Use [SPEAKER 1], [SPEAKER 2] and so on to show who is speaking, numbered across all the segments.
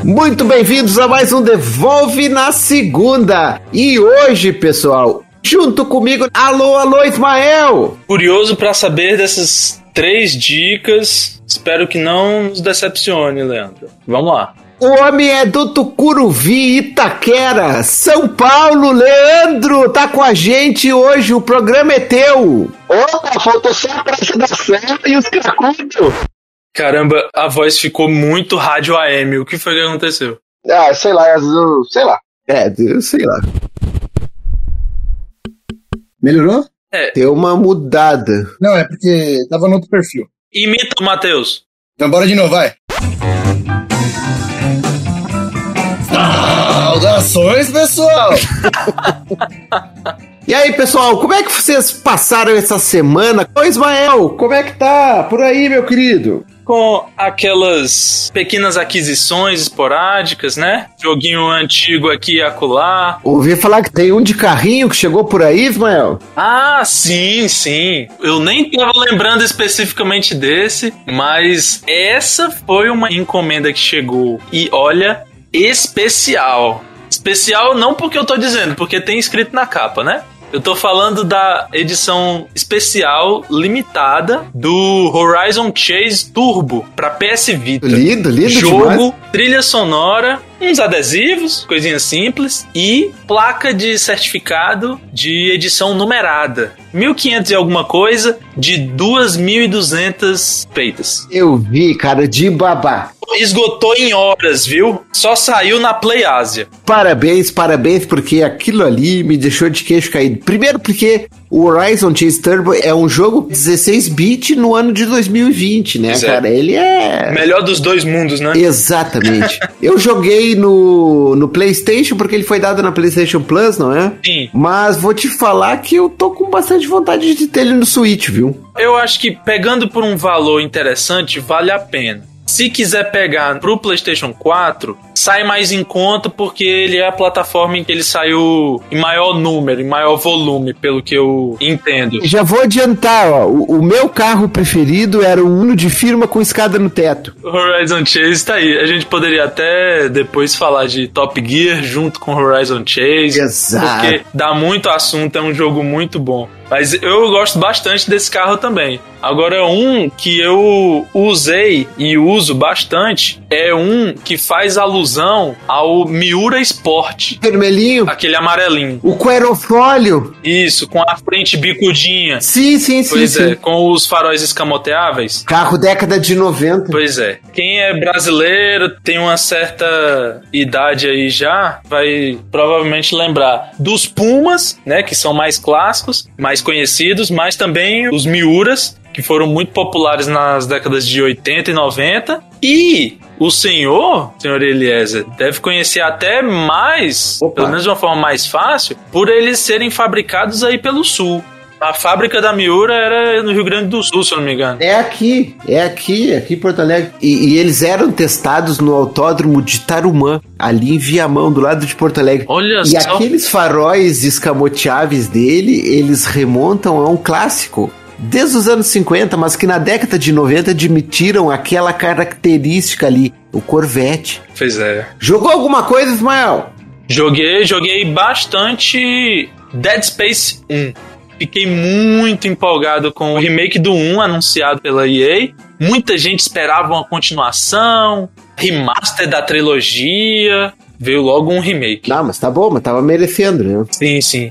[SPEAKER 1] Muito bem-vindos a mais um Devolve na Segunda. E hoje, pessoal, junto comigo, alô, Ismael.
[SPEAKER 2] Curioso pra saber dessas 3 dicas. Espero que não nos decepcione, Leandro. Vamos lá.
[SPEAKER 1] O homem é do Tucuruvi, Itaquera, São Paulo. Leandro, tá com a gente hoje, o programa é teu.
[SPEAKER 3] Opa, faltou só a Praça da Sé e os cracudos.
[SPEAKER 2] Caramba, a voz ficou muito rádio AM. O que foi que aconteceu?
[SPEAKER 3] Ah, sei lá.
[SPEAKER 1] Sei lá. Melhorou?
[SPEAKER 2] É.
[SPEAKER 1] Deu uma mudada.
[SPEAKER 3] Não, é porque tava no outro perfil.
[SPEAKER 2] Imita o Matheus.
[SPEAKER 3] Então bora de novo, vai. Saudações, pessoal!
[SPEAKER 1] E aí, pessoal, como é que vocês passaram essa semana? Ô, Ismael, como é que tá por aí, meu querido?
[SPEAKER 2] Com aquelas pequenas aquisições esporádicas, né? Joguinho antigo aqui e acolá.
[SPEAKER 1] Ouvi falar que tem um de carrinho que chegou por aí, Ismael?
[SPEAKER 2] Ah, sim. Eu nem tava lembrando especificamente desse, mas essa foi uma encomenda que chegou. E olha, especial. Especial não porque eu tô dizendo, porque tem escrito na capa, né? Eu tô falando da edição especial limitada do Horizon Chase Turbo pra PS Vita.
[SPEAKER 1] Lindo
[SPEAKER 2] Jogo,
[SPEAKER 1] demais.
[SPEAKER 2] trilha sonora, uns adesivos, coisinhas simples, e placa de certificado de edição numerada. 1.500 e alguma coisa, de 2.200 feitas.
[SPEAKER 1] Eu vi, cara, de babá.
[SPEAKER 2] Esgotou em horas, viu? Só saiu na Play Ásia.
[SPEAKER 1] Parabéns, porque aquilo ali me deixou de queixo caído. Primeiro porque o Horizon Chase Turbo é um jogo 16-bit no ano de 2020, né, cara? Ele é...
[SPEAKER 2] melhor dos dois mundos, né?
[SPEAKER 1] Exatamente. Eu joguei no PlayStation, porque ele foi dado na PlayStation Plus, não é?
[SPEAKER 2] Sim.
[SPEAKER 1] Mas vou te falar que eu tô com bastante vontade de ter ele no Switch, viu?
[SPEAKER 2] Eu acho que pegando por um valor interessante, vale a pena. Se quiser pegar pro PlayStation 4, sai mais em conta porque ele é a plataforma em que ele saiu em maior número, em maior volume, pelo que eu entendo.
[SPEAKER 1] Já vou adiantar, ó, o meu carro preferido era o Uno de firma com escada no teto.
[SPEAKER 2] Horizon Chase tá aí. A gente poderia até depois falar de Top Gear junto com Horizon Chase.
[SPEAKER 1] Exato.
[SPEAKER 2] Porque dá muito assunto, é um jogo muito bom. Mas eu gosto bastante desse carro também. Agora, um que eu usei e uso bastante é um que faz alusão ao Miura Sport.
[SPEAKER 1] Vermelhinho.
[SPEAKER 2] Aquele amarelinho.
[SPEAKER 1] O Querofólio.
[SPEAKER 2] Isso, com a frente bicudinha.
[SPEAKER 1] Sim.
[SPEAKER 2] Pois é, com os faróis escamoteáveis.
[SPEAKER 1] Carro década de 90.
[SPEAKER 2] Pois é. Quem é brasileiro, tem uma certa idade aí já, vai provavelmente lembrar dos Pumas, né, que são mais clássicos, mais conhecidos, mas também os Miuras, que foram muito populares nas décadas de 80 e 90. E o senhor Eliezer, deve conhecer até mais, pelo menos de uma forma mais fácil, por eles serem fabricados aí pelo Sul. A fábrica da Miura era no Rio Grande do Sul, se eu não me engano.
[SPEAKER 1] É aqui em Porto Alegre. E eles eram testados no autódromo de Tarumã, ali em Viamão, do lado de Porto Alegre.
[SPEAKER 2] Olha
[SPEAKER 1] e
[SPEAKER 2] só.
[SPEAKER 1] Aqueles faróis escamoteáveis dele, eles remontam a um clássico desde os anos 50, mas que na década de 90 admitiram aquela característica ali, o Corvette.
[SPEAKER 2] Pois é.
[SPEAKER 1] Jogou alguma coisa, Ismael?
[SPEAKER 2] Joguei bastante Dead Space 1. Fiquei muito empolgado com o remake do 1 anunciado pela EA. Muita gente esperava uma continuação, remaster da trilogia. Veio logo um remake.
[SPEAKER 1] Não, mas tá bom, mas tava merecendo, né?
[SPEAKER 2] Sim,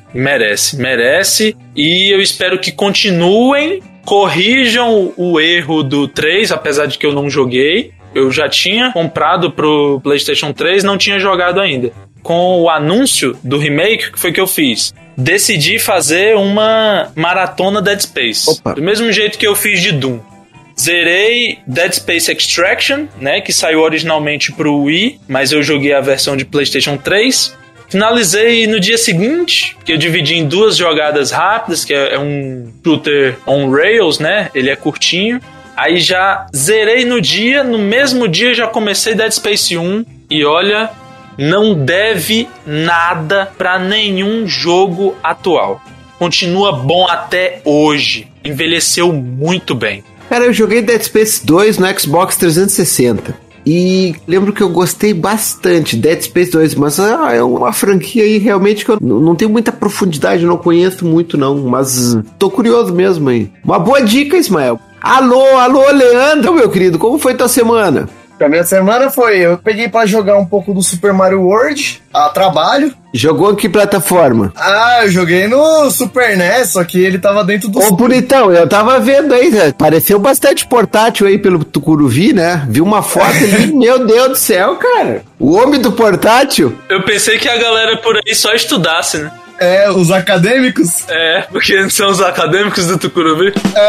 [SPEAKER 2] merece. E eu espero que continuem, corrijam o erro do 3, apesar de que eu não joguei. Eu já tinha comprado pro PlayStation 3, não tinha jogado ainda. Com o anúncio do remake, o que foi que eu fiz? Decidi fazer uma maratona Dead Space.
[SPEAKER 1] Opa.
[SPEAKER 2] Do mesmo jeito que eu fiz de Doom. Zerei Dead Space Extraction, né, que saiu originalmente pro Wii, mas eu joguei a versão de PlayStation 3. Finalizei no dia seguinte, que eu dividi em 2 jogadas rápidas, que é um shooter on rails, né, ele é curtinho. Aí já zerei no mesmo dia já comecei Dead Space 1, e olha, não deve nada pra nenhum jogo atual. Continua bom até hoje, envelheceu muito bem.
[SPEAKER 1] Cara, eu joguei Dead Space 2 no Xbox 360. E lembro que eu gostei bastante Dead Space 2, mas é uma franquia aí realmente que eu não tenho muita profundidade, não conheço muito não, mas tô curioso mesmo aí. Uma boa dica, Ismael. Alô, Leandro, meu querido, como foi tua semana?
[SPEAKER 4] A minha semana foi, eu peguei pra jogar um pouco do Super Mario World, a trabalho.
[SPEAKER 1] Jogou em que plataforma?
[SPEAKER 4] Eu joguei no Super NES, só que ele tava dentro do...
[SPEAKER 1] Ô, bonitão, eu tava vendo aí, né? Pareceu bastante portátil aí pelo Tucuruvi, né? Vi uma foto ali, meu Deus do céu, cara. O homem do portátil.
[SPEAKER 2] Eu pensei que a galera por aí só estudasse, né?
[SPEAKER 4] Os acadêmicos.
[SPEAKER 2] Porque são os acadêmicos do Tucuruvi.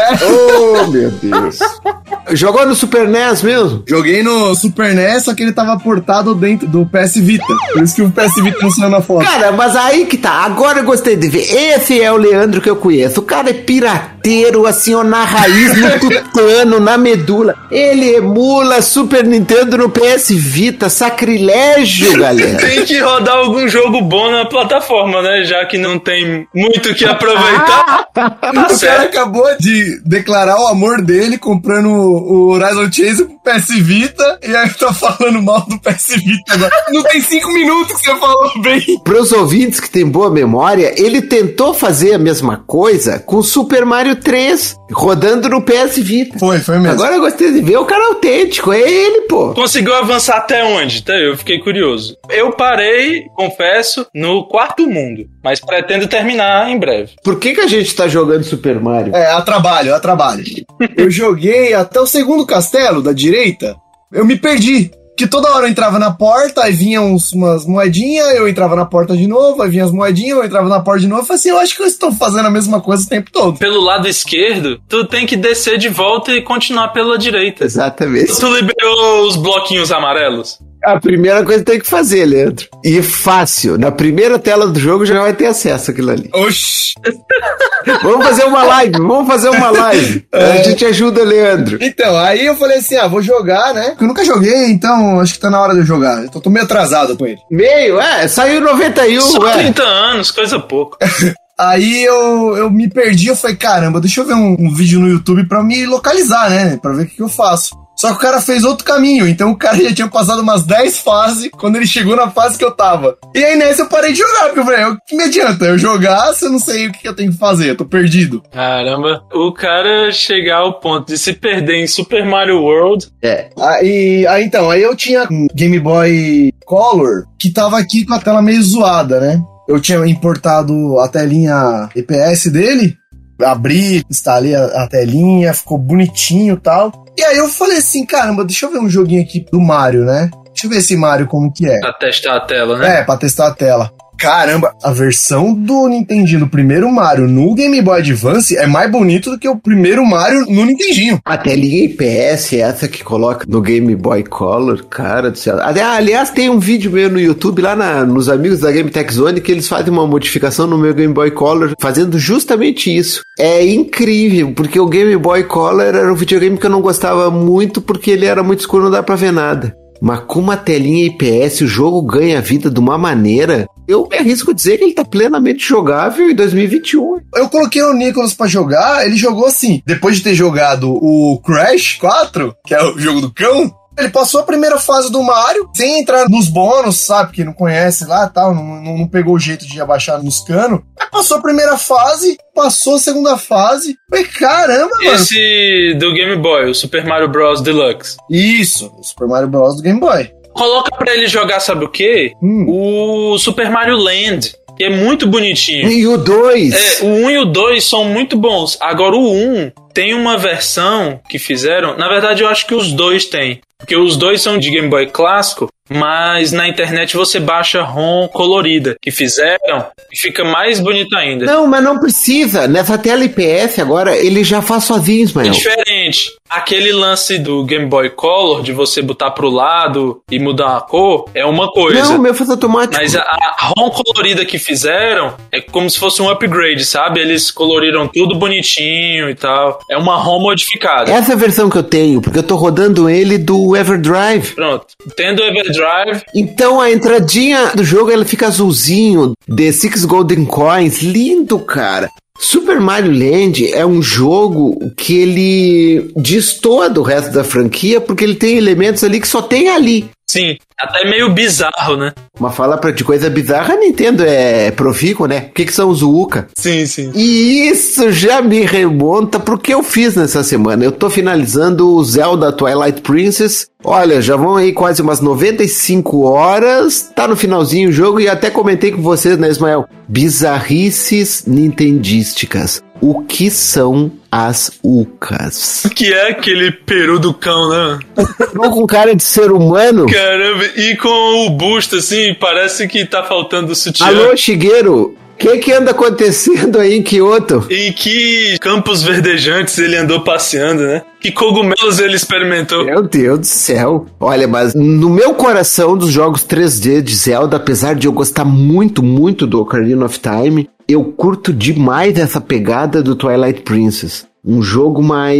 [SPEAKER 1] Oh, meu Deus. Jogou no Super NES mesmo?
[SPEAKER 4] Joguei no Super NES, só que ele tava portado dentro do PS Vita. Por isso que o PS Vita não saiu na foto.
[SPEAKER 1] Cara, mas aí que tá. Agora eu gostei de ver. Esse é o Leandro que eu conheço. O cara é pirateiro, assim, ó, na raiz, no tutano, na medula. Ele emula Super Nintendo no PS Vita. Sacrilégio, galera.
[SPEAKER 2] Tem que rodar algum jogo bom na plataforma, né? Já que não tem muito o que aproveitar.
[SPEAKER 4] O cara acabou de declarar o amor dele comprando o Horizon Chase pro PS Vita e aí tá falando mal do PS Vita agora. Não tem 5 minutos que você falou bem.
[SPEAKER 1] Pros ouvintes que têm boa memória, ele tentou fazer a mesma coisa com Super Mario 3 rodando no PS Vita.
[SPEAKER 4] Foi mesmo.
[SPEAKER 1] Agora eu gostei de ver o cara autêntico, é ele, pô.
[SPEAKER 2] Conseguiu avançar até onde? Eu fiquei curioso. Eu parei, confesso, no 4º mundo, mas pretendo terminar em breve.
[SPEAKER 1] Por que a gente tá jogando Super Mario?
[SPEAKER 4] A trabalho. Eu joguei até o 2º castelo da direita, eu me perdi. Que toda hora eu entrava na porta, aí vinham umas moedinhas, eu entrava na porta de novo, aí vinham as moedinhas, eu entrava na porta de novo. Eu falei assim, eu acho que eu estou fazendo a mesma coisa o tempo todo.
[SPEAKER 2] Pelo lado esquerdo, tu tem que descer de volta e continuar pela direita.
[SPEAKER 1] Exatamente.
[SPEAKER 2] Tu liberou os bloquinhos amarelos?
[SPEAKER 1] A primeira coisa que tem que fazer, Leandro. E fácil. Na primeira tela do jogo já vai ter acesso àquilo ali.
[SPEAKER 4] Oxi.
[SPEAKER 1] Vamos fazer uma live. A gente ajuda, Leandro.
[SPEAKER 4] Então, aí eu falei assim, vou jogar, né? Porque eu nunca joguei, então acho que tá na hora de eu jogar. Eu tô meio atrasado com ele.
[SPEAKER 1] Saiu em 91,
[SPEAKER 2] Só 30 anos, coisa pouca.
[SPEAKER 4] Aí eu me perdi, eu falei, caramba, deixa eu ver um vídeo no YouTube pra me localizar, né? Pra ver o que eu faço. Só que o cara fez outro caminho, então o cara já tinha passado umas 10 fases quando ele chegou na fase que eu tava. E aí nessa eu parei de jogar, porque eu falei, o que me adianta eu jogar se eu não sei o que eu tenho que fazer, eu tô perdido.
[SPEAKER 2] Caramba, o cara chegar ao ponto de se perder em Super Mario World.
[SPEAKER 4] Aí eu tinha um Game Boy Color que tava aqui com a tela meio zoada, né? Eu tinha importado a telinha EPS dele, abri, instalei a telinha, ficou bonitinho e tal. E aí eu falei assim, caramba, deixa eu ver um joguinho aqui do Mario, né? Deixa eu ver esse Mario como que é.
[SPEAKER 2] Pra testar a tela, né?
[SPEAKER 4] Pra testar a tela. Caramba, a versão do Nintendinho do primeiro Mario no Game Boy Advance é mais bonito do que o primeiro Mario no Nintendinho.
[SPEAKER 1] A telinha IPS é essa que coloca no Game Boy Color, cara do céu. Aliás, tem um vídeo meu no YouTube, lá nos amigos da Game Tech Zone, que eles fazem uma modificação no meu Game Boy Color, fazendo justamente isso. É incrível, porque o Game Boy Color era um videogame que eu não gostava muito, porque ele era muito escuro, não dá pra ver nada. Mas com uma telinha IPS, o jogo ganha vida de uma maneira... Eu me arrisco a dizer que ele tá plenamente jogável em 2021.
[SPEAKER 4] Eu coloquei o Nicholas pra jogar, ele jogou assim. Depois de ter jogado o Crash 4, que é o jogo do cão, ele passou a primeira fase do Mario, sem entrar nos bônus, sabe? Que não conhece lá e tal, não pegou o jeito de abaixar nos canos. Aí passou a primeira fase, passou a segunda fase. Falei, caramba, mano.
[SPEAKER 2] Esse do Game Boy, o Super Mario Bros. Deluxe.
[SPEAKER 4] Isso, o Super Mario Bros. Do Game Boy.
[SPEAKER 2] Coloca pra ele jogar, sabe o quê? O Super Mario Land, que é muito bonitinho.
[SPEAKER 1] E o 2?
[SPEAKER 2] O 1 e o 2 são muito bons. Agora o 1 tem uma versão que fizeram... Na verdade, eu acho que os dois têm. Porque os dois são de Game Boy clássico, mas na internet você baixa ROM colorida, que fizeram, e fica mais bonito ainda.
[SPEAKER 1] Não, mas não precisa. Nessa tela IPS agora, ele já faz sozinho, Ismael.
[SPEAKER 2] É diferente. Aquele lance do Game Boy Color, de você botar pro lado e mudar a cor, é uma coisa.
[SPEAKER 1] Não, o meu faz automático.
[SPEAKER 2] Mas a ROM colorida que fizeram é como se fosse um upgrade, sabe? Eles coloriram tudo bonitinho e tal. É uma ROM modificada.
[SPEAKER 1] Essa é a versão que eu tenho, porque eu tô rodando ele do Everdrive.
[SPEAKER 2] Pronto. Tendo o Everdrive...
[SPEAKER 1] Então a entradinha do jogo, ela fica azulzinho, The Six Golden Coins, lindo, cara. Super Mario Land é um jogo que ele destoa do resto da franquia porque ele tem elementos ali que só tem ali.
[SPEAKER 2] Sim, até meio bizarro, né?
[SPEAKER 1] Uma fala de coisa bizarra, a Nintendo é profícuo, né? O que são os Uka?
[SPEAKER 2] Sim, sim.
[SPEAKER 1] E isso já me remonta pro que eu fiz nessa semana. Eu tô finalizando o Zelda Twilight Princess. Olha, já vão aí quase umas 95 horas. Tá no finalzinho o jogo e até comentei com vocês, né, Ismael? Bizarrices nintendísticas. O que são as Ukas?
[SPEAKER 2] O que é aquele peru do cão, né?
[SPEAKER 1] Peru com cara de ser humano?
[SPEAKER 2] Caramba, e com o busto, assim, parece que tá faltando o sutiã.
[SPEAKER 1] Alô, Shigeru? O que anda acontecendo aí em Kyoto?
[SPEAKER 2] Em que campos verdejantes ele andou passeando, né? Que cogumelos ele experimentou?
[SPEAKER 1] Meu Deus do céu. Olha, mas no meu coração dos jogos 3D de Zelda, apesar de eu gostar muito, muito do Ocarina of Time, eu curto demais essa pegada do Twilight Princess. Um jogo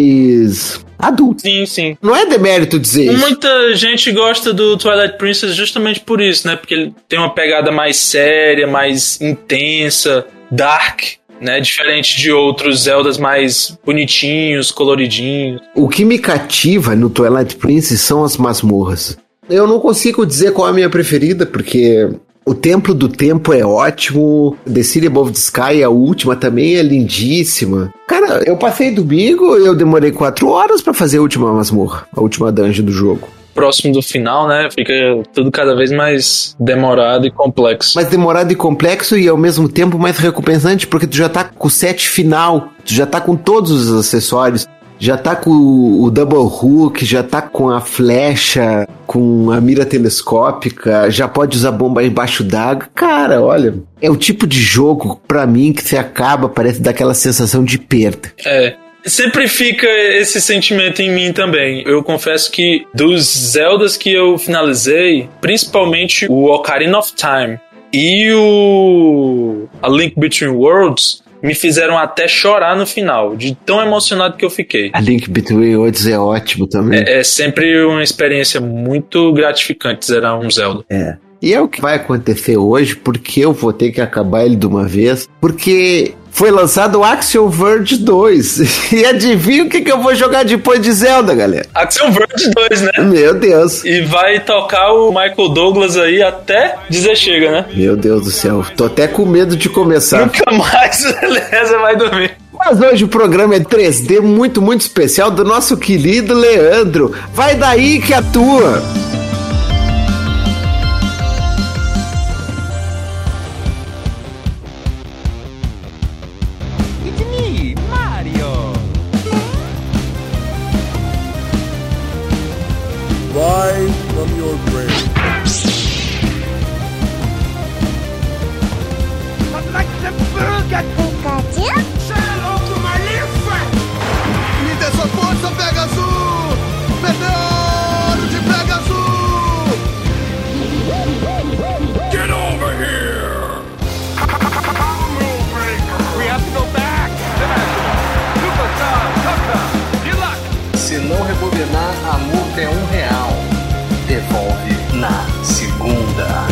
[SPEAKER 1] mais adulto.
[SPEAKER 2] Sim, sim.
[SPEAKER 1] Não é demérito dizer isso.
[SPEAKER 2] Muita gente gosta do Twilight Princess justamente por isso, né? Porque ele tem uma pegada mais séria, mais intensa, dark, né? Diferente de outros Zeldas mais bonitinhos, coloridinhos.
[SPEAKER 1] O que me cativa no Twilight Princess são as masmorras. Eu não consigo dizer qual é a minha preferida, porque o Templo do Tempo é ótimo, The City Above the Sky, a última, também é lindíssima. Cara, eu passei domingo, eu demorei 4 horas pra fazer a última masmorra, a última dungeon do jogo.
[SPEAKER 2] Próximo do final, né? Fica tudo cada vez mais demorado e complexo.
[SPEAKER 1] Mais demorado e complexo e ao mesmo tempo mais recompensante, porque tu já tá com o set final, tu já tá com todos os acessórios. Já tá com o double hook, já tá com a flecha, com a mira telescópica, já pode usar bomba embaixo d'água. Cara, olha, é o tipo de jogo, pra mim, que você acaba, parece dar aquela sensação de perda.
[SPEAKER 2] É. Sempre fica esse sentimento em mim também. Eu confesso que dos Zeldas que eu finalizei, principalmente o Ocarina of Time e o A Link Between Worlds, me fizeram até chorar no final, de tão emocionado que eu fiquei.
[SPEAKER 1] A Link Between Worlds é ótimo também.
[SPEAKER 2] É sempre uma experiência muito gratificante zerar um Zelda.
[SPEAKER 1] É. E é o que vai acontecer hoje, porque eu vou ter que acabar ele de uma vez, porque foi lançado o Axiom Verge 2. E adivinha o que eu vou jogar depois de Zelda, galera?
[SPEAKER 2] Axiom Verge 2, né?
[SPEAKER 1] Meu Deus.
[SPEAKER 2] E vai tocar o Michael Douglas aí até dizer chega, né?
[SPEAKER 1] Meu Deus do céu, tô até com medo de começar.
[SPEAKER 2] Nunca mais beleza vai dormir.
[SPEAKER 1] Mas hoje o programa é 3D muito, muito especial do nosso querido Leandro. Vai daí que atua.
[SPEAKER 5] Rise from your grave.
[SPEAKER 6] I'd like to burger. Pikachu? Say hello to my little friend.
[SPEAKER 5] Me dê sua força, Pegasus! Meteoro de Pegasus! Get over here!
[SPEAKER 6] We have to go back. Superstar, Tucker, Deluxe.
[SPEAKER 7] Se não rebobinar, a multa é R$1. Devolve na segunda.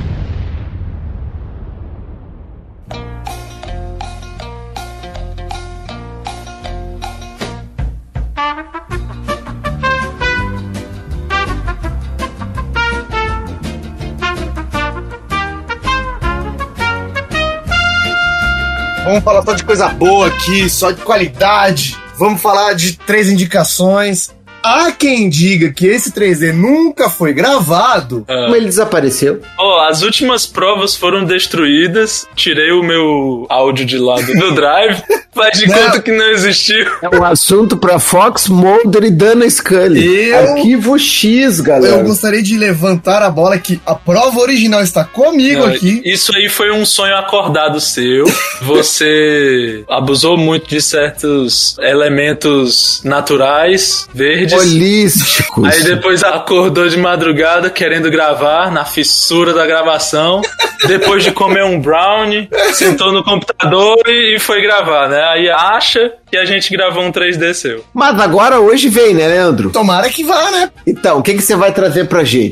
[SPEAKER 4] Vamos falar só de coisa boa aqui, só de qualidade. Vamos falar de 3 indicações. Há quem diga que esse 3D nunca foi gravado.
[SPEAKER 1] Como ele desapareceu?
[SPEAKER 2] As últimas provas foram destruídas. Tirei o meu áudio de lá do Drive. Faz de conta que não existiu.
[SPEAKER 1] É um assunto pra Fox Mulder e Dana Scully. Arquivo X, galera.
[SPEAKER 4] Eu gostaria de levantar a bola que a prova original está comigo aqui.
[SPEAKER 2] Isso aí foi um sonho acordado seu. Você abusou muito de certos elementos naturais, verdes.
[SPEAKER 1] Holísticos.
[SPEAKER 2] Aí depois acordou de madrugada querendo gravar na fissura da gravação. Depois de comer um brownie, sentou no computador e foi gravar, né? Aí acha que a gente gravou um 3D seu.
[SPEAKER 1] Mas agora hoje vem, né, Leandro?
[SPEAKER 4] Tomara que vá, né?
[SPEAKER 1] Então, o que você vai trazer pra gente?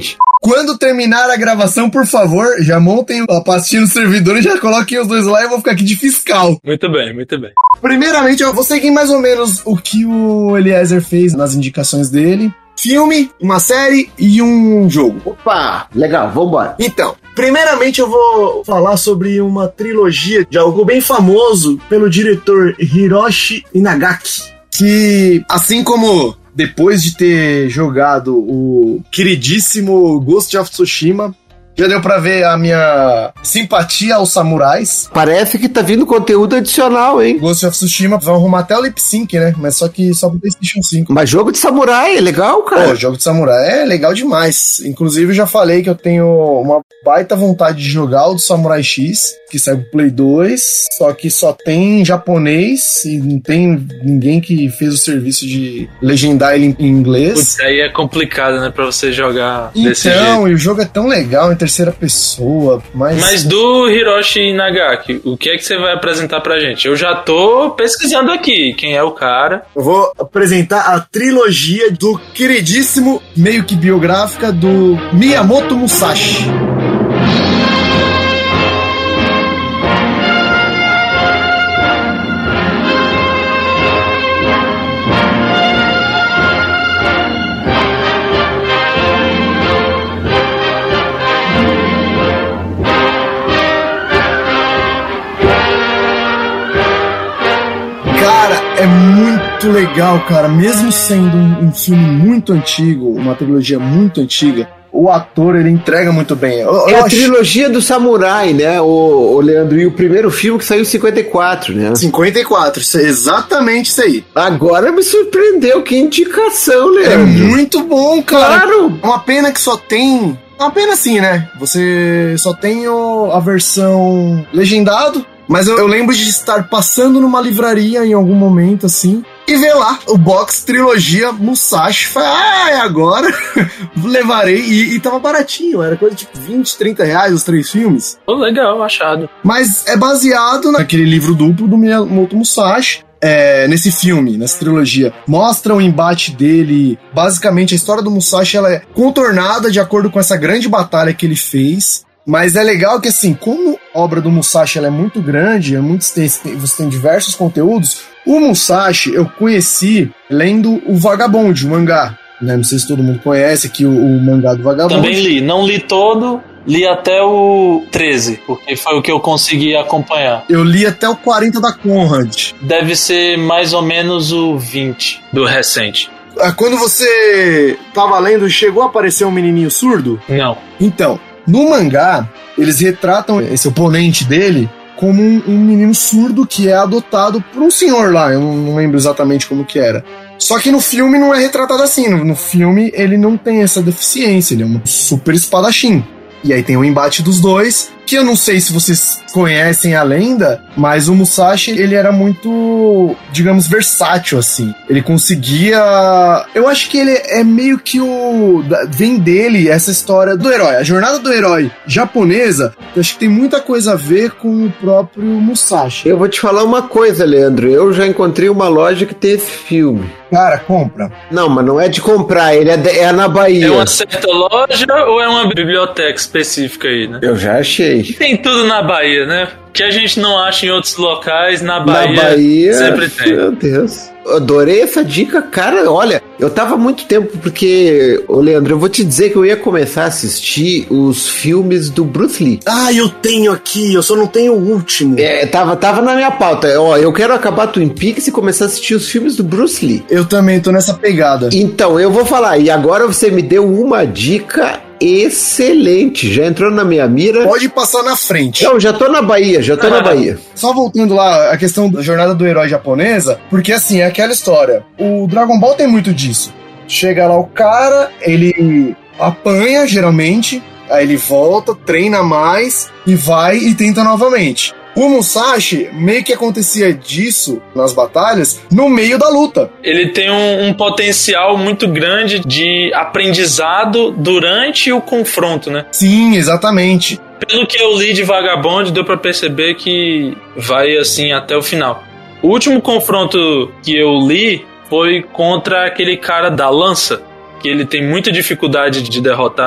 [SPEAKER 4] Quando terminar a gravação, por favor, já montem a pastinha no servidor e já coloquem os dois lá e eu vou ficar aqui de fiscal.
[SPEAKER 2] Muito bem, muito bem.
[SPEAKER 4] Primeiramente, eu vou seguir mais ou menos o que o Eliezer fez nas indicações dele. Filme, uma série e um jogo.
[SPEAKER 1] Opa, legal, vambora.
[SPEAKER 4] Então, primeiramente eu vou falar sobre uma trilogia de algo bem famoso pelo diretor Hiroshi Inagaki, que, assim como depois de ter jogado o queridíssimo Ghost of Tsushima, já deu pra ver a minha simpatia aos samurais.
[SPEAKER 1] Parece que tá vindo conteúdo adicional, hein?
[SPEAKER 4] Ghost of Tsushima vão arrumar até o lip sync, né? Mas só que só pro PlayStation 5.
[SPEAKER 1] Mas jogo de samurai é legal, cara.
[SPEAKER 4] Pô, jogo de samurai é legal demais. Inclusive, eu já falei que eu tenho uma baita vontade de jogar o do Samurai X, que saiu pro Play 2, só que só tem japonês e não tem ninguém que fez o serviço de legendar ele em inglês.
[SPEAKER 2] Putz, aí é complicado, né, pra você jogar desse jeito.
[SPEAKER 4] Então, e o jogo é tão legal em terceira pessoa,
[SPEAKER 2] Mas do Hiroshi Nagaki, o que é que você vai apresentar pra gente? Eu já tô pesquisando aqui quem é o cara.
[SPEAKER 4] Eu vou apresentar a trilogia do queridíssimo, meio que biográfica, do Miyamoto Musashi. Cara, é muito legal, cara. Mesmo sendo um filme muito antigo, uma trilogia muito antiga, o ator, ele entrega muito bem.
[SPEAKER 1] É a trilogia do samurai, né, o Leandro? E o primeiro filme que saiu em 54, né?
[SPEAKER 4] 54, exatamente isso aí.
[SPEAKER 1] Agora me surpreendeu, que indicação, Leandro.
[SPEAKER 4] É muito bom, cara.
[SPEAKER 1] Claro!
[SPEAKER 4] Uma pena que só tem... Uma pena sim, né? Você só tem a versão legendado. Mas eu lembro de estar passando numa livraria em algum momento, assim, e ver lá o box trilogia Musashi. Falei, é agora levarei. E tava baratinho, era coisa tipo 20, 30 reais os 3 filmes.
[SPEAKER 2] Oh, legal, achado.
[SPEAKER 4] Mas é baseado naquele livro duplo do Miyamoto Musashi. Nesse filme, nessa trilogia, mostra o embate dele. Basicamente, a história do Musashi ela é contornada de acordo com essa grande batalha que ele fez. Mas é legal que, assim, como a obra do Musashi ela é muito grande, é muito extensa, você tem diversos conteúdos. O Musashi eu conheci lendo o Vagabond, o mangá. Né? Não sei se todo mundo conhece aqui o mangá do Vagabond.
[SPEAKER 2] Também li, não li todo, li até o 13, porque foi o que eu consegui acompanhar.
[SPEAKER 4] Eu li até o 40 da Conrad.
[SPEAKER 2] Deve ser mais ou menos o 20 do recente.
[SPEAKER 4] Quando você tava lendo, chegou a aparecer um menininho surdo?
[SPEAKER 2] Não.
[SPEAKER 4] Então, no mangá, eles retratam esse oponente dele como um menino surdo que é adotado por um senhor lá, eu não lembro exatamente como que era. Só que no filme não é retratado assim, no filme ele não tem essa deficiência, ele é um super espadachim. E aí tem o embate dos dois, que eu não sei se vocês conhecem a lenda, mas o Musashi, ele era muito, digamos, versátil, assim. Ele conseguia... Eu acho que ele é meio que vem dele essa história do herói. A jornada do herói japonesa, eu acho que tem muita coisa a ver com o próprio Musashi.
[SPEAKER 1] Eu vou te falar uma coisa, Leandro. Eu já encontrei uma loja que tem esse filme.
[SPEAKER 4] Cara, compra.
[SPEAKER 1] Não, mas não é de comprar, ele é na Bahia.
[SPEAKER 2] É uma certa loja ou é uma biblioteca específica aí, né?
[SPEAKER 1] Eu já achei.
[SPEAKER 2] Tem tudo na Bahia, né? Que a gente não acha em outros locais, na Bahia sempre tem.
[SPEAKER 1] Meu Deus. Eu adorei essa dica, cara. Olha, eu tava há muito tempo, porque, ô Leandro, eu vou te dizer que eu ia começar a assistir os filmes do Bruce Lee.
[SPEAKER 4] Ah, eu tenho aqui, eu só não tenho o último.
[SPEAKER 1] Tava na minha pauta. Ó, eu quero acabar Twin Peaks e começar a assistir os filmes do Bruce Lee.
[SPEAKER 4] Eu também tô nessa pegada.
[SPEAKER 1] Então, eu vou falar, e agora você me deu uma dica excelente, já entrou na minha mira.
[SPEAKER 4] Pode passar na frente.
[SPEAKER 1] Não, já tô na Bahia, na Bahia.
[SPEAKER 4] Só voltando lá, a questão da jornada do herói japonesa, porque assim, é aquela história, o Dragon Ball tem muito disso. Chega lá o cara, ele apanha, geralmente, aí ele volta, treina mais, e vai e tenta novamente. O Musashi, meio que acontecia disso nas batalhas, no meio da luta.
[SPEAKER 2] Ele tem um potencial muito grande de aprendizado durante o confronto, né?
[SPEAKER 4] Sim, exatamente.
[SPEAKER 2] Pelo que eu li de Vagabond, deu pra perceber que vai assim até o final. O último confronto que eu li foi contra aquele cara da lança, que ele tem muita dificuldade de derrotar.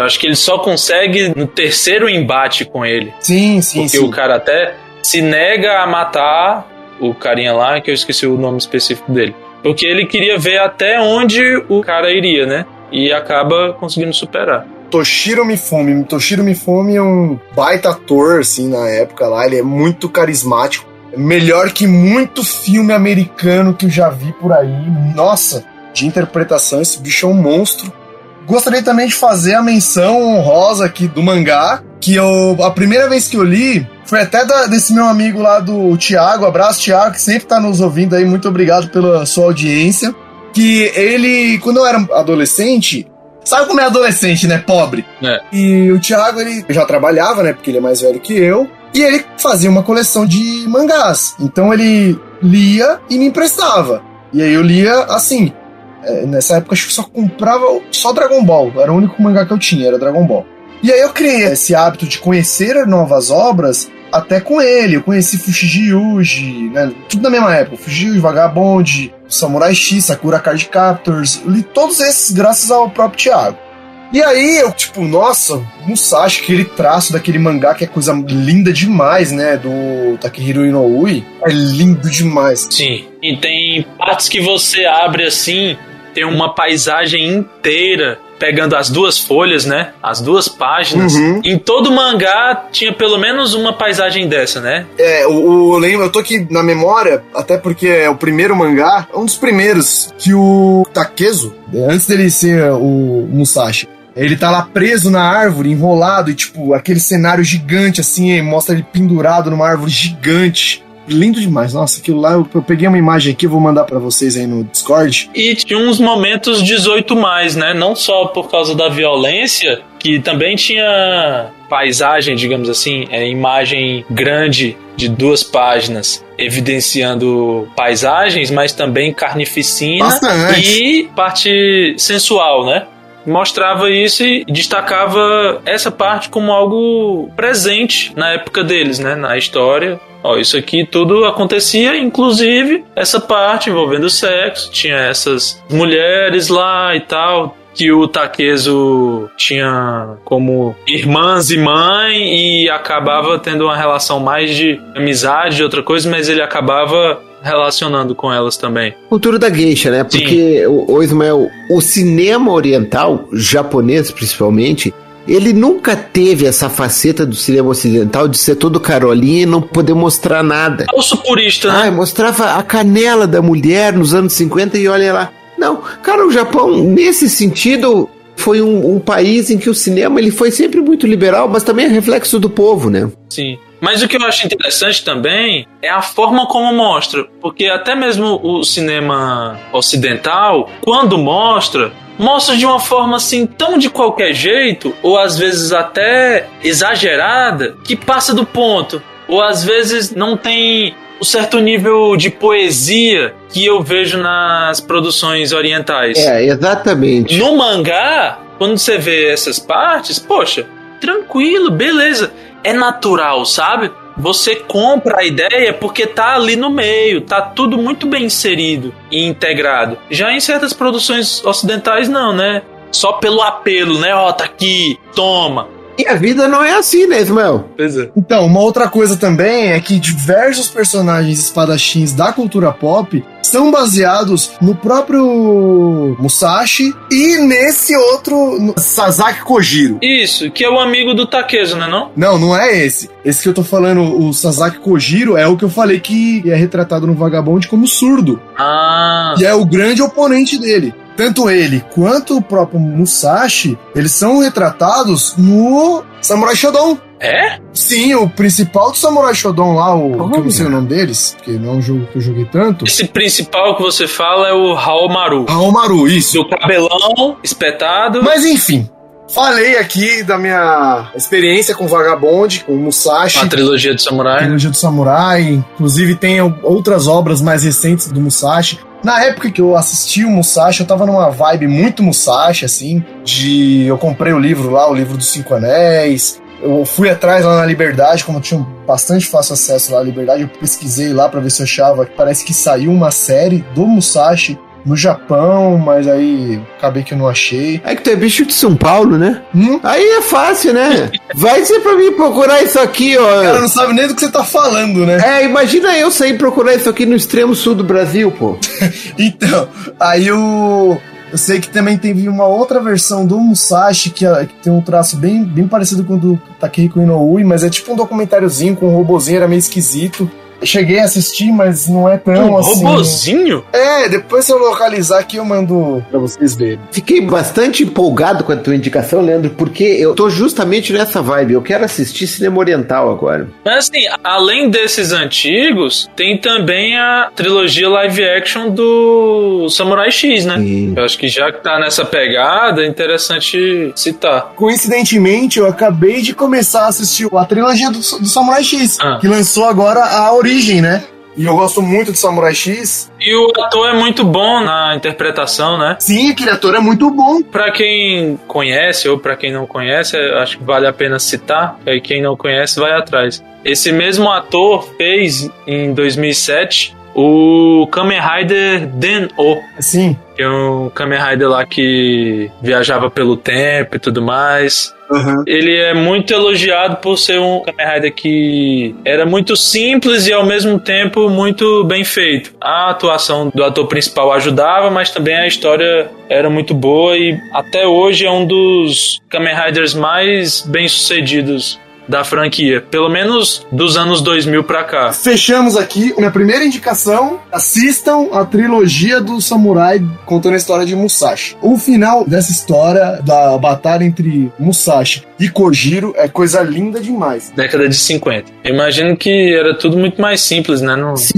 [SPEAKER 2] Eu acho que ele só consegue no terceiro embate com ele.
[SPEAKER 4] Sim, sim,
[SPEAKER 2] porque
[SPEAKER 4] sim.
[SPEAKER 2] o cara até se nega a matar o carinha lá, que eu esqueci o nome específico dele. Porque ele queria ver até onde o cara iria, né? E acaba conseguindo superar.
[SPEAKER 4] Toshiro Mifune. Toshiro Mifune é um baita ator, assim, na época lá. Ele é muito carismático. Melhor que muito filme americano que eu já vi por aí. Nossa, de interpretação, esse bicho é um monstro. Gostaria também de fazer a menção honrosa aqui do mangá, que a primeira vez que eu li foi até desse meu amigo lá do Thiago. Abraço, Thiago, que sempre tá nos ouvindo aí. Muito obrigado pela sua audiência. Que ele, quando eu era adolescente... Sabe como é adolescente, né? Pobre.
[SPEAKER 2] É.
[SPEAKER 4] E o Thiago, ele já trabalhava, né? Porque ele é mais velho que eu. E ele fazia uma coleção de mangás. Então ele lia e me emprestava. E aí eu lia assim... nessa época acho que só comprava só Dragon Ball. Era o único mangá que eu tinha, era Dragon Ball. E aí eu criei esse hábito de conhecer novas obras até com ele. Eu conheci Fushigi Yuji, né? Tudo na mesma época. Fushigi Yuji, Vagabond, Samurai X, Sakura Card Captors. Eu li todos esses graças ao próprio Thiago. E aí eu, tipo, nossa, Musashi, aquele traço daquele mangá que é coisa linda demais, né? Do Takehiro Inoue. É lindo demais.
[SPEAKER 2] Sim, e tem partes que você abre assim, tem uma paisagem inteira pegando as duas folhas, né? As duas páginas.
[SPEAKER 4] Uhum.
[SPEAKER 2] Em todo mangá tinha pelo menos uma paisagem dessa, né?
[SPEAKER 4] Eu lembro, eu tô aqui na memória, até porque é o primeiro mangá, um dos primeiros que o Takezo, antes dele ser o Musashi, ele tá lá preso na árvore, enrolado, e tipo, aquele cenário gigante assim, mostra ele pendurado numa árvore gigante. Lindo demais, nossa, aquilo lá, eu peguei uma imagem aqui, eu vou mandar pra vocês aí no Discord.
[SPEAKER 2] E tinha uns momentos 18+, né? Não só por causa da violência, que também tinha paisagem, digamos assim, imagem grande de 2 páginas, evidenciando paisagens, mas também carnificina.
[SPEAKER 4] Bastante.
[SPEAKER 2] E parte sensual, né? Mostrava isso e destacava essa parte como algo presente na época deles, né? Na história. Ó, isso aqui tudo acontecia, inclusive essa parte envolvendo sexo. Tinha essas mulheres lá e tal, que o Takezo tinha como irmãs e mãe, e acabava tendo uma relação mais de amizade, de outra coisa, mas ele acabava relacionando com elas também.
[SPEAKER 1] Cultura da geisha, né? Porque, o Ismael, o cinema oriental, japonês principalmente, ele nunca teve essa faceta do cinema ocidental de ser todo carolinha e não poder mostrar nada.
[SPEAKER 2] Falso purista, né?
[SPEAKER 1] Mostrava a canela da mulher nos anos 50 e olha lá. Não, cara, o Japão, nesse sentido, foi um país em que o cinema ele foi sempre muito liberal, mas também é reflexo do povo, né?
[SPEAKER 2] Sim. Mas o que eu acho interessante também é a forma como mostra. Porque até mesmo o cinema ocidental, quando mostra de uma forma assim tão de qualquer jeito, ou às vezes até exagerada, que passa do ponto. Ou às vezes não tem um certo nível de poesia que eu vejo nas produções orientais.
[SPEAKER 1] Exatamente.
[SPEAKER 2] No mangá, quando você vê essas partes, poxa, tranquilo, beleza. É natural, sabe? Você compra a ideia porque tá ali no meio, tá tudo muito bem inserido e integrado. Já em certas produções ocidentais não, né? Só pelo apelo, né? Ó, tá aqui, toma.
[SPEAKER 1] E a vida não é assim, né, Ismael?
[SPEAKER 2] Pois é.
[SPEAKER 4] Então, uma outra coisa também é que diversos personagens espadachins da cultura pop são baseados no próprio Musashi e nesse outro Sasaki Kojiro.
[SPEAKER 2] Isso, que é o amigo do Takezo, né não?
[SPEAKER 4] Não é esse. Esse que eu tô falando, o Sasaki Kojiro, é o que eu falei que é retratado no Vagabond como surdo.
[SPEAKER 2] Ah.
[SPEAKER 4] E é o grande oponente dele. Tanto ele quanto o próprio Musashi, eles são retratados no Samurai Shodown.
[SPEAKER 2] É?
[SPEAKER 4] Sim, o principal do Samurai Shodown lá, que eu não sei o nome deles, porque não é um jogo que eu joguei tanto.
[SPEAKER 2] Esse principal que você fala é o Haomaru.
[SPEAKER 4] Haomaru, isso.
[SPEAKER 2] Do cabelão espetado.
[SPEAKER 4] Mas enfim, falei aqui da minha experiência com Vagabond, com Musashi.
[SPEAKER 2] A trilogia do Samurai.
[SPEAKER 4] A trilogia do Samurai. Inclusive tem outras obras mais recentes do Musashi. Na época que eu assisti o Musashi, eu tava numa vibe muito Musashi, assim, eu comprei o livro lá, o livro dos 5 Anéis, eu fui atrás lá na Liberdade, como eu tinha bastante fácil acesso lá à Liberdade, eu pesquisei lá pra ver se eu achava, que parece que saiu uma série do Musashi no Japão, mas aí acabei que eu não achei.
[SPEAKER 1] É que tu é bicho de São Paulo, né? Aí é fácil, né? Vai ser pra mim procurar isso aqui, ó.
[SPEAKER 4] O cara não sabe nem do que você tá falando, né?
[SPEAKER 1] É, imagina eu sair procurar isso aqui no extremo sul do Brasil, pô.
[SPEAKER 4] Então, aí eu sei que também teve uma outra versão do Musashi que tem um traço bem parecido com o do Takehiko Inoue, mas é tipo um documentáriozinho com um robozinho, era meio esquisito. Cheguei a assistir, mas não é tão assim.
[SPEAKER 2] Robozinho?
[SPEAKER 4] É, depois se eu localizar aqui eu mando pra vocês verem.
[SPEAKER 1] Fiquei bastante empolgado com a tua indicação, Leandro, porque eu tô justamente nessa vibe. Eu quero assistir cinema oriental agora.
[SPEAKER 2] Mas assim, além desses antigos, tem também a trilogia live action do Samurai X, né?
[SPEAKER 1] Sim.
[SPEAKER 2] Eu acho que já que tá nessa pegada, é interessante citar.
[SPEAKER 4] Coincidentemente, eu acabei de começar a assistir a trilogia do Samurai X, que lançou agora a origem, né? E eu gosto muito de Samurai X.
[SPEAKER 2] E o ator é muito bom na interpretação, né?
[SPEAKER 4] Sim, aquele ator é muito bom.
[SPEAKER 2] Pra quem conhece ou pra quem não conhece, acho que vale a pena citar. E quem não conhece, vai atrás. Esse mesmo ator fez, em 2007, o Kamen Rider Den-O.
[SPEAKER 4] Sim.
[SPEAKER 2] Que é um Kamen Rider lá que viajava pelo tempo e tudo mais.
[SPEAKER 4] Uhum.
[SPEAKER 2] Ele é muito elogiado por ser um Kamen Rider que era muito simples e ao mesmo tempo muito bem feito. A atuação do ator principal ajudava, mas também a história era muito boa e até hoje é um dos Kamen Riders mais bem sucedidos da franquia, pelo menos dos anos 2000 pra cá.
[SPEAKER 4] Fechamos aqui. Minha primeira indicação: assistam a trilogia do Samurai contando a história de Musashi. O final dessa história da batalha entre Musashi e Kojiro é coisa linda demais.
[SPEAKER 2] Década de 50. Eu imagino que era tudo muito mais simples, né?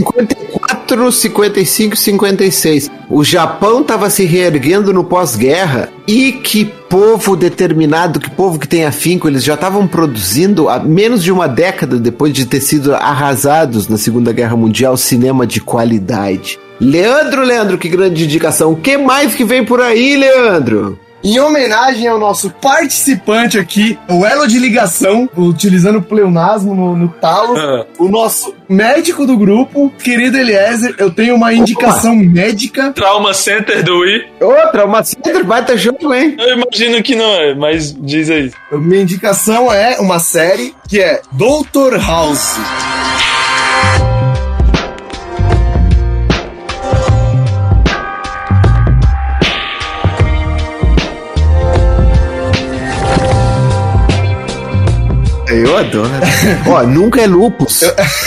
[SPEAKER 1] 54, 55, 56. O Japão tava se reerguendo no pós-guerra e que povo determinado, que povo que tem afinco, eles já estavam produzindo há menos de uma década depois de ter sido arrasados na Segunda Guerra Mundial, cinema de qualidade. Leandro, que grande indicação. O que mais que vem por aí, Leandro?
[SPEAKER 4] Em homenagem ao nosso participante aqui, o elo de ligação, utilizando o pleonasmo no talo, o nosso médico do grupo, querido Eliezer, eu tenho uma indicação médica.
[SPEAKER 2] Trauma Center do Wii.
[SPEAKER 1] Trauma Center, baita jogo, hein?
[SPEAKER 2] Eu imagino que não é, mas diz aí.
[SPEAKER 4] Minha indicação é uma série que é Dr. House.
[SPEAKER 1] Eu adoro. Ó, nunca é lupus.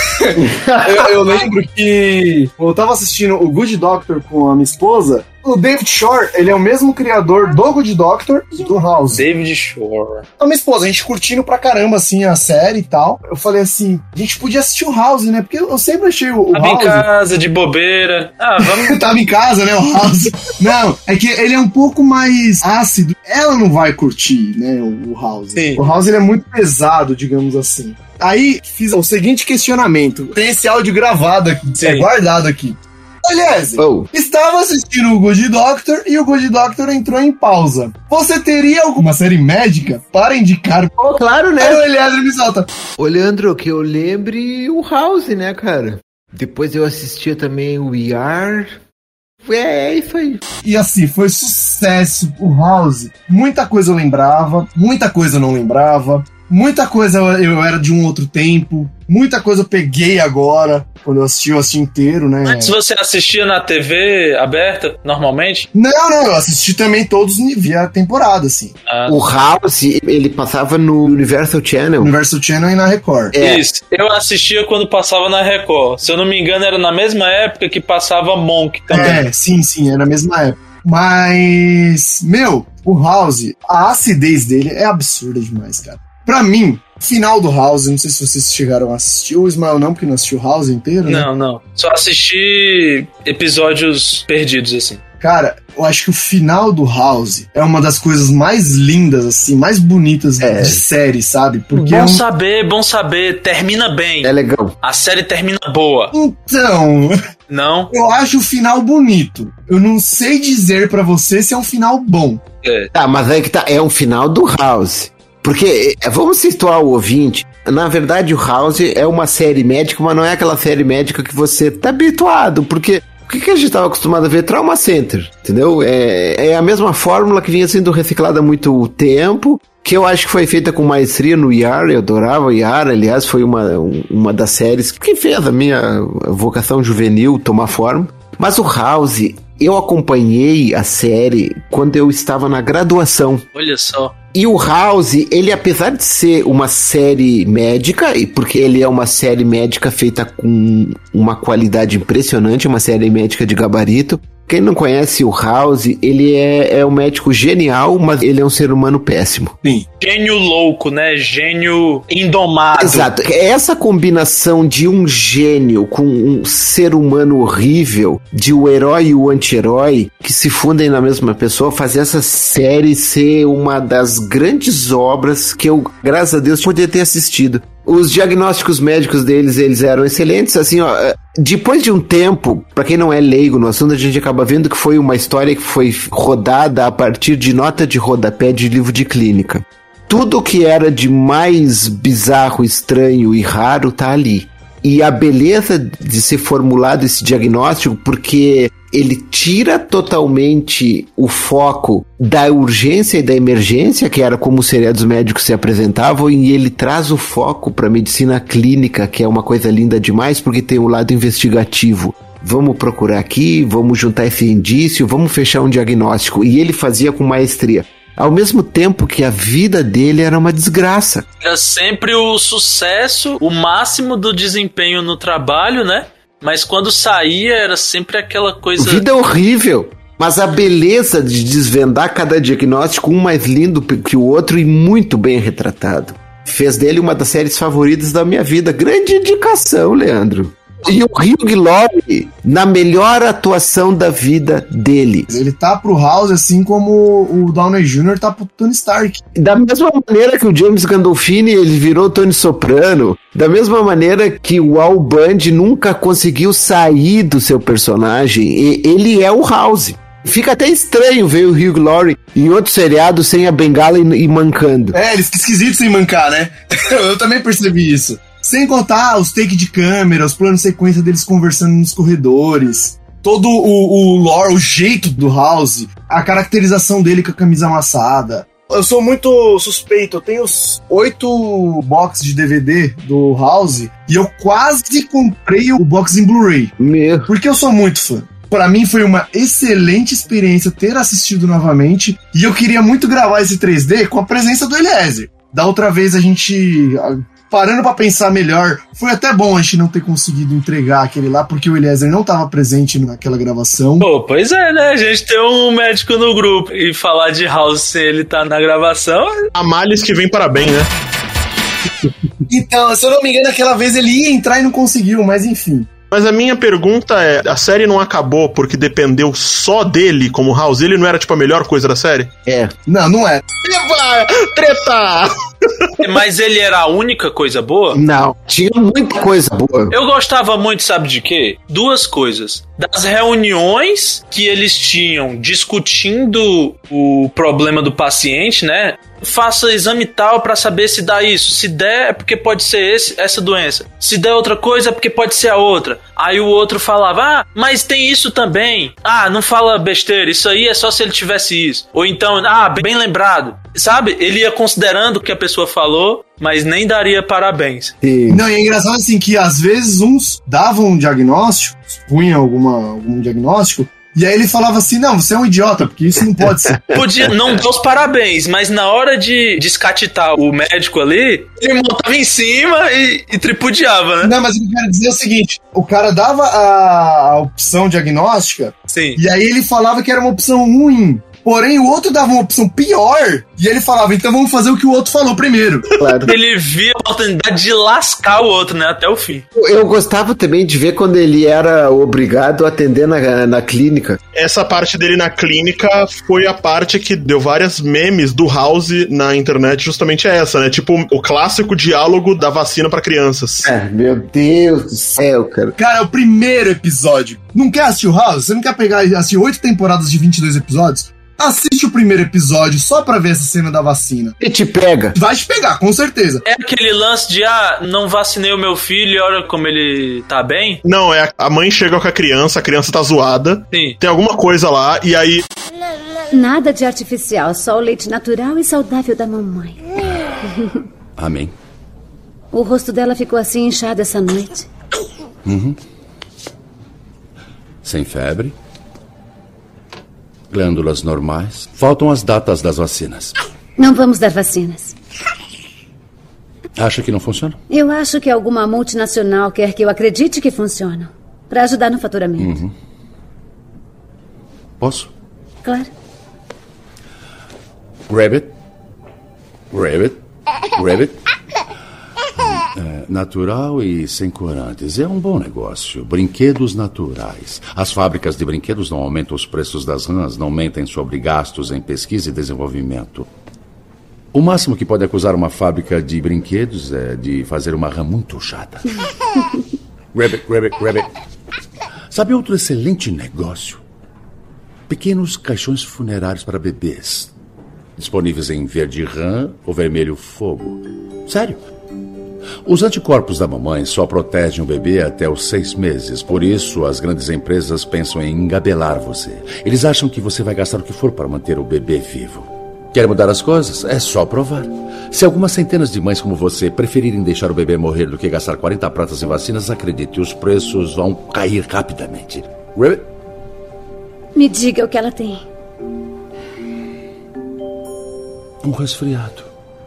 [SPEAKER 4] eu lembro que eu tava assistindo o Good Doctor com a minha esposa. O David Shore, ele é o mesmo criador do Good Doctor e do House.
[SPEAKER 2] David Shore.
[SPEAKER 4] A minha esposa, a gente curtindo pra caramba, assim, a série e tal. Eu falei assim, a gente podia assistir o House, né? Porque eu sempre achei o
[SPEAKER 2] Tava
[SPEAKER 4] House...
[SPEAKER 2] em casa, de bobeira. Vamos...
[SPEAKER 4] Tava em casa, né, o House. Não, é que ele é um pouco mais ácido. Ela não vai curtir, né, o House.
[SPEAKER 2] Sim.
[SPEAKER 4] O House, ele é muito pesado, digamos assim. Aí, fiz o seguinte questionamento. Tem esse áudio gravado aqui, guardado aqui. Aliás, estava assistindo o Good Doctor e o Good Doctor entrou em pausa. Você teria alguma série médica para indicar?
[SPEAKER 1] Claro, né?
[SPEAKER 4] Aí o Eliezer me solta.
[SPEAKER 1] Ô, Leandro, que eu lembre o House, né, cara? Depois eu assistia também o ER. É isso aí.
[SPEAKER 4] E assim, foi sucesso o House. Muita coisa eu lembrava, muita coisa eu não lembrava. Muita coisa eu era de um outro tempo. Muita coisa eu peguei agora. Quando eu assisti inteiro, né?
[SPEAKER 2] Antes você assistia na TV aberta, normalmente?
[SPEAKER 4] Não, eu assisti também todos via temporada, assim.
[SPEAKER 1] O House, ele passava no Universal Channel.
[SPEAKER 4] Universal Channel e na Record.
[SPEAKER 2] Isso. Eu assistia quando passava na Record. Se eu não me engano, era na mesma época que passava Monk também.
[SPEAKER 4] Sim, é na mesma época. Mas, o House, a acidez dele é absurda demais, cara. Pra mim, final do House, não sei se vocês chegaram a assistir, o Ismael não, porque não assistiu o House inteiro, né?
[SPEAKER 2] Não. Só assisti episódios perdidos, assim.
[SPEAKER 4] Cara, eu acho que o final do House é uma das coisas mais lindas, assim, mais bonitas de série, sabe? Porque
[SPEAKER 2] Bom saber, termina bem.
[SPEAKER 1] É legal.
[SPEAKER 2] A série termina boa.
[SPEAKER 4] Então...
[SPEAKER 2] Não?
[SPEAKER 4] Eu acho o final bonito. Eu não sei dizer pra você se é um final bom.
[SPEAKER 1] Tá, mas aí que tá, é um final do House. Porque, vamos situar o ouvinte, na verdade o House é uma série médica, mas não é aquela série médica que você tá habituado, porque O que a gente estava acostumado a ver? Trauma Center, entendeu? É a mesma fórmula que vinha sendo reciclada há muito tempo, que eu acho que foi feita com maestria no Yar. Eu adorava o Yar, aliás, foi uma das séries que fez a minha vocação juvenil tomar forma. Mas o House, eu acompanhei a série quando eu estava na graduação.
[SPEAKER 2] Olha só.
[SPEAKER 1] E o House, ele apesar de ser uma série médica, e porque ele é uma série médica feita com uma qualidade impressionante, uma série médica de gabarito. Quem não conhece o House, ele é um médico genial, mas ele é um ser humano péssimo.
[SPEAKER 4] Sim.
[SPEAKER 2] Gênio louco, né? Gênio indomado.
[SPEAKER 1] Exato. Essa combinação de um gênio com um ser humano horrível, de o herói e o anti-herói, que se fundem na mesma pessoa, faz essa série ser uma das grandes obras que eu, graças a Deus, poderia ter assistido. Os diagnósticos médicos deles, eles eram excelentes, assim, ó, depois de um tempo, pra quem não é leigo no assunto, a gente acaba vendo que foi uma história que foi rodada a partir de nota de rodapé de livro de clínica. Tudo que era de mais bizarro, estranho e raro tá ali. E a beleza de ser formulado esse diagnóstico, porque ele tira totalmente o foco da urgência e da emergência, que era como os seriados médicos se apresentavam, e ele traz o foco para a medicina clínica, que é uma coisa linda demais, porque tem um lado investigativo. Vamos procurar aqui, vamos juntar esse indício, vamos fechar um diagnóstico. E ele fazia com maestria. Ao mesmo tempo que a vida dele era uma desgraça.
[SPEAKER 2] Era sempre o sucesso, o máximo do desempenho no trabalho, né? Mas quando saía era sempre aquela coisa...
[SPEAKER 1] Vida horrível. Mas a beleza de desvendar cada diagnóstico, um mais lindo que o outro e muito bem retratado. Fez dele uma das séries favoritas da minha vida. Grande indicação, Leandro. E o Hugh Laurie na melhor atuação da vida dele.
[SPEAKER 4] Ele tá pro House assim como o Downey Jr. tá pro Tony Stark.
[SPEAKER 1] Da mesma maneira que o James Gandolfini, ele virou Tony Soprano. Da mesma maneira que o Al Bundy nunca conseguiu sair do seu personagem. Ele é o House. Fica até estranho ver o Hugh Laurie em outro seriado sem a bengala e mancando.
[SPEAKER 4] Ele fica esquisito sem mancar, né? Eu também percebi isso. Sem contar os take de câmera, os planos de sequência deles conversando nos corredores. Todo o lore, o jeito do House, a caracterização dele com a camisa amassada. Eu sou muito suspeito, eu tenho os 8 boxes de DVD do House e eu quase comprei o box em Blu-ray.
[SPEAKER 1] Meu.
[SPEAKER 4] Porque eu sou muito fã. Pra mim foi uma excelente experiência ter assistido novamente e eu queria muito gravar esse 3D com a presença do Eliezer. Da outra vez a gente... Parando pra pensar melhor, foi até bom a gente não ter conseguido entregar aquele lá, porque o Eliezer não tava presente naquela gravação.
[SPEAKER 2] Pô, pois é, né? A gente ter um médico no grupo e falar de House sem ele tá na gravação...
[SPEAKER 8] A males que vem para bem, né?
[SPEAKER 4] Então, se eu não me engano, aquela vez ele ia entrar e não conseguiu, mas enfim.
[SPEAKER 8] Mas a minha pergunta é, a série não acabou porque dependeu só dele como House? Ele não era, tipo, a melhor coisa da série?
[SPEAKER 1] É.
[SPEAKER 4] Não é.
[SPEAKER 8] Eba! Treta!
[SPEAKER 2] Mas ele era a única coisa boa?
[SPEAKER 1] Não, tinha muita coisa boa.
[SPEAKER 2] Eu gostava muito, sabe de quê? 2 coisas. Das reuniões que eles tinham discutindo o problema do paciente, né? Faça exame tal pra saber se dá isso. Se der, é porque pode ser essa doença. Se der outra coisa, é porque pode ser a outra. Aí o outro falava, mas tem isso também. Não fala besteira, isso aí é só se ele tivesse isso. Ou então, bem lembrado. Sabe? Ele ia considerando o que a pessoa falou, mas nem daria parabéns.
[SPEAKER 1] Sim.
[SPEAKER 4] Não, e é engraçado assim que às vezes uns davam um diagnóstico, punham algum diagnóstico, e aí ele falava assim, não, você é um idiota, porque isso não pode ser.
[SPEAKER 2] Podia não dar os parabéns, mas na hora de descatitar o médico ali, ele montava em cima e tripudiava, né?
[SPEAKER 4] Não, mas eu quero dizer o seguinte, o cara dava a opção diagnóstica,
[SPEAKER 2] sim,
[SPEAKER 4] e aí ele falava que era uma opção ruim. Porém, o outro dava uma opção pior, e ele falava, então vamos fazer o que o outro falou primeiro.
[SPEAKER 1] Claro.
[SPEAKER 2] Ele via a oportunidade de lascar o outro, né, até o fim.
[SPEAKER 1] Eu gostava também de ver quando ele era obrigado a atender na clínica.
[SPEAKER 8] Essa parte dele na clínica foi a parte que deu várias memes do House na internet, justamente essa, né? Tipo, o clássico diálogo da vacina pra crianças.
[SPEAKER 1] Meu Deus do céu, cara.
[SPEAKER 4] Cara, é o primeiro episódio. Não quer assistir o House? Você não quer pegar e assistir 8 temporadas de 22 episódios? Assiste o primeiro episódio só pra ver essa cena da vacina.
[SPEAKER 1] E te pega.
[SPEAKER 4] Vai te pegar, com certeza.
[SPEAKER 2] É aquele lance de, não vacinei o meu filho e olha como ele tá bem?
[SPEAKER 8] Não, a mãe chega com a criança tá zoada.
[SPEAKER 2] Sim.
[SPEAKER 8] Tem alguma coisa lá, e aí...
[SPEAKER 9] Nada de artificial, só o leite natural e saudável da mamãe.
[SPEAKER 10] Amém.
[SPEAKER 9] O rosto dela ficou assim inchado essa noite.
[SPEAKER 10] Sem febre. Glândulas normais. Faltam as datas das vacinas.
[SPEAKER 9] Não vamos dar vacinas.
[SPEAKER 10] Acha que não funciona?
[SPEAKER 9] Eu acho que alguma multinacional quer que eu acredite que funcionam. Pra ajudar no faturamento.
[SPEAKER 10] Posso?
[SPEAKER 9] Claro.
[SPEAKER 10] Rabbit. Natural e sem corantes. É um bom negócio. Brinquedos naturais. As fábricas de brinquedos não aumentam os preços das rãs, não mentem sobre gastos em pesquisa e desenvolvimento. O máximo que pode acusar uma fábrica de brinquedos é de fazer uma rã muito chata. Rabbit. Sabe outro excelente negócio? Pequenos caixões funerários para bebês. Disponíveis em verde rã ou vermelho fogo. Sério. Os anticorpos da mamãe só protegem o bebê até os 6 meses. Por isso, as grandes empresas pensam em engabelar você. Eles acham que você vai gastar o que for para manter o bebê vivo. Quer mudar as coisas? É só provar. Se algumas centenas de mães como você preferirem deixar o bebê morrer do que gastar 40 pratas em vacinas, acredite, os preços vão cair rapidamente. Rabbit?
[SPEAKER 9] Me diga o que ela tem.
[SPEAKER 10] Um resfriado.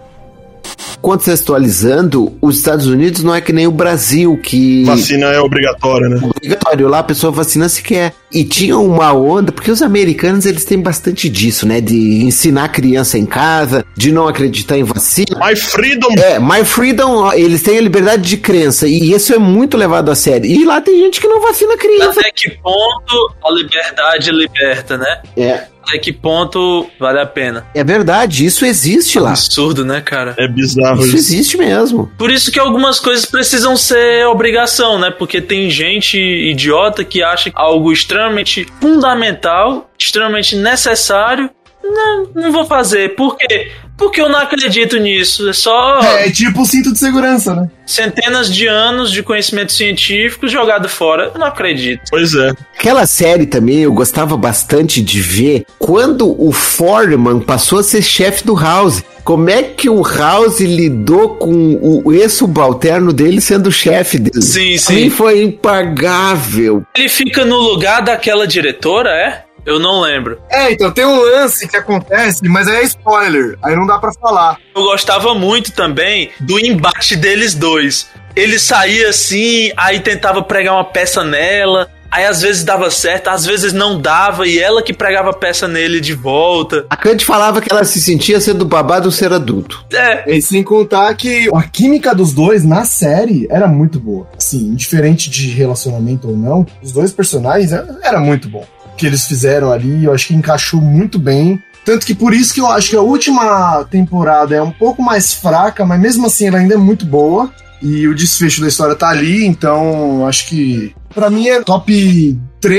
[SPEAKER 1] Contextualizando, os Estados Unidos não é que nem o Brasil, que...
[SPEAKER 8] Vacina é obrigatória, né?
[SPEAKER 1] Obrigatório, lá a pessoa vacina se quer. E tinha uma onda, porque os americanos, eles têm bastante disso, né? De ensinar a criança em casa, de não acreditar em vacina.
[SPEAKER 8] My freedom!
[SPEAKER 1] My freedom, eles têm a liberdade de crença, e isso é muito levado a sério. E lá tem gente que não vacina a criança.
[SPEAKER 2] Até que ponto a liberdade liberta, né? Até que ponto vale a pena.
[SPEAKER 1] É verdade, isso existe lá.
[SPEAKER 2] Absurdo, né, cara?
[SPEAKER 8] É bizarro
[SPEAKER 1] isso. Isso existe mesmo.
[SPEAKER 2] Por isso que algumas coisas precisam ser obrigação, né? Porque tem gente idiota que acha algo extremamente fundamental, extremamente necessário. Não vou fazer. Por quê? Porque eu não acredito nisso. É só...
[SPEAKER 4] É tipo o cinto de segurança, né?
[SPEAKER 2] Centenas de anos de conhecimento científico jogado fora. Eu não acredito.
[SPEAKER 8] Pois é.
[SPEAKER 1] Aquela série também eu gostava bastante de ver quando o Foreman passou a ser chefe do House. Como é que o House lidou com o ex-subalterno dele sendo o chefe dele?
[SPEAKER 2] Sim, sim.
[SPEAKER 1] A mim foi impagável.
[SPEAKER 2] Ele fica no lugar daquela diretora, é? Eu não lembro.
[SPEAKER 4] Então tem um lance que acontece, mas é spoiler, aí não dá pra falar.
[SPEAKER 2] Eu gostava muito também do embate deles dois. Ele saía assim, aí tentava pregar uma peça nela, aí às vezes dava certo, às vezes não dava, e ela que pregava a peça nele de volta.
[SPEAKER 1] A Kant falava que ela se sentia sendo babá do ser adulto.
[SPEAKER 4] E sem contar que a química dos dois na série era muito boa. Assim, indiferente de relacionamento ou não, os dois personagens era muito bom. O que eles fizeram ali, eu acho que encaixou muito bem. Tanto que por isso que eu acho que a última temporada é um pouco mais fraca, mas mesmo assim ela ainda é muito boa. E o desfecho da história tá ali, então acho que pra mim é top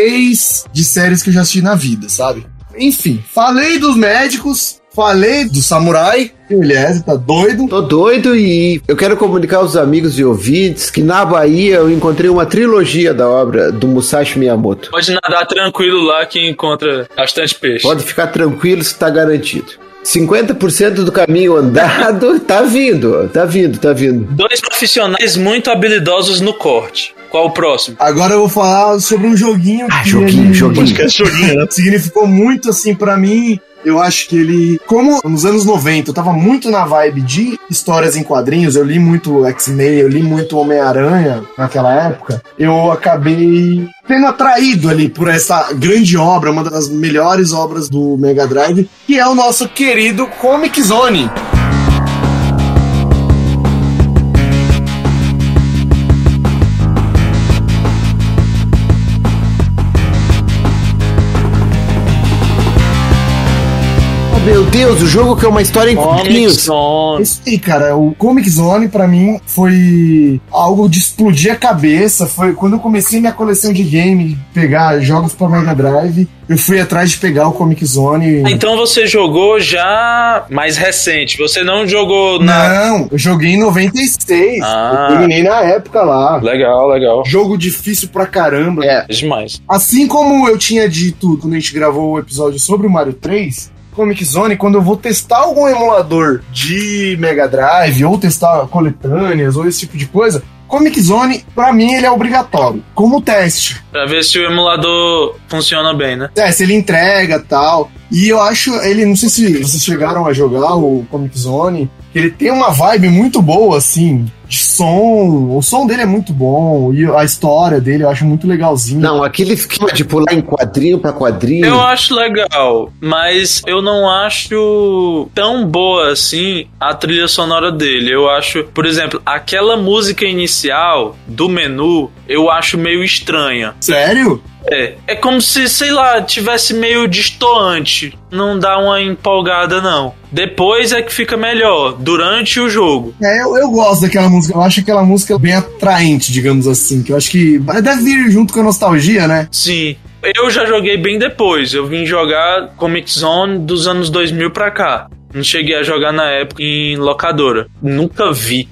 [SPEAKER 4] 3 de séries que eu já assisti na vida, sabe? Enfim, falei dos médicos, falei do samurai, que o Eliezer tá doido.
[SPEAKER 1] Tô doido e eu quero comunicar aos amigos e ouvintes que na Bahia eu encontrei uma trilogia da obra do Musashi Miyamoto.
[SPEAKER 2] Pode nadar tranquilo lá que encontra bastante peixe.
[SPEAKER 1] Pode ficar tranquilo, se tá garantido. 50% do caminho andado, tá vindo.
[SPEAKER 2] 2 profissionais muito habilidosos no corte. Qual o próximo?
[SPEAKER 4] Agora eu vou falar sobre um joguinho que
[SPEAKER 1] joguinho.
[SPEAKER 8] Joguinho, né?
[SPEAKER 4] Significou muito assim pra mim. Eu acho que ele, como nos anos 90 eu tava muito na vibe de histórias em quadrinhos, eu li muito X-Men, eu li muito Homem-Aranha naquela época, eu acabei sendo atraído ali por essa grande obra, uma das melhores obras do Mega Drive, que é o nosso querido Comic Zone.
[SPEAKER 1] meu Deus, o jogo que é uma história em quadrinhos.
[SPEAKER 4] Isso aí, cara, o Comic Zone pra mim foi algo de explodir a cabeça. Foi quando eu comecei minha coleção de game, pegar jogos pra Mega Drive, eu fui atrás de pegar o Comic Zone.
[SPEAKER 2] Então você jogou já mais recente, você não jogou na...
[SPEAKER 4] Não, eu joguei em 96.
[SPEAKER 2] Ah.
[SPEAKER 4] Eu terminei na época lá.
[SPEAKER 2] Legal, legal.
[SPEAKER 4] Jogo difícil pra caramba.
[SPEAKER 2] É demais.
[SPEAKER 4] Assim como eu tinha dito quando a gente gravou o episódio sobre o Mario 3, Comic Zone, quando eu vou testar algum emulador de Mega Drive, ou testar coletâneas, ou esse tipo de coisa, Comic Zone, pra mim, ele é obrigatório, como teste.
[SPEAKER 2] Pra ver se o emulador funciona bem, né?
[SPEAKER 4] Se ele entrega e tal. E eu acho, ele, não sei se vocês chegaram a jogar o Comic Zone, ele tem uma vibe muito boa, assim, de som. O som dele é muito bom, e a história dele eu acho muito legalzinho.
[SPEAKER 1] Não, aquele esquema de pular em quadrinho pra quadrinho...
[SPEAKER 2] Eu acho legal, mas eu não acho tão boa assim a trilha sonora dele. Eu acho, por exemplo, aquela música inicial do menu, eu acho meio estranha.
[SPEAKER 4] Sério?
[SPEAKER 2] É como se, sei lá, tivesse meio destoante. Não dá uma empolgada, não. Depois é que fica melhor, durante o jogo.
[SPEAKER 4] Eu gosto daquela música. Eu acho aquela música bem atraente, digamos assim. Que eu acho que deve vir junto com a nostalgia, né?
[SPEAKER 2] Sim. Eu já joguei bem depois. Eu vim jogar Comic Zone dos anos 2000 pra cá. Não cheguei a jogar na época em locadora. Nunca vi.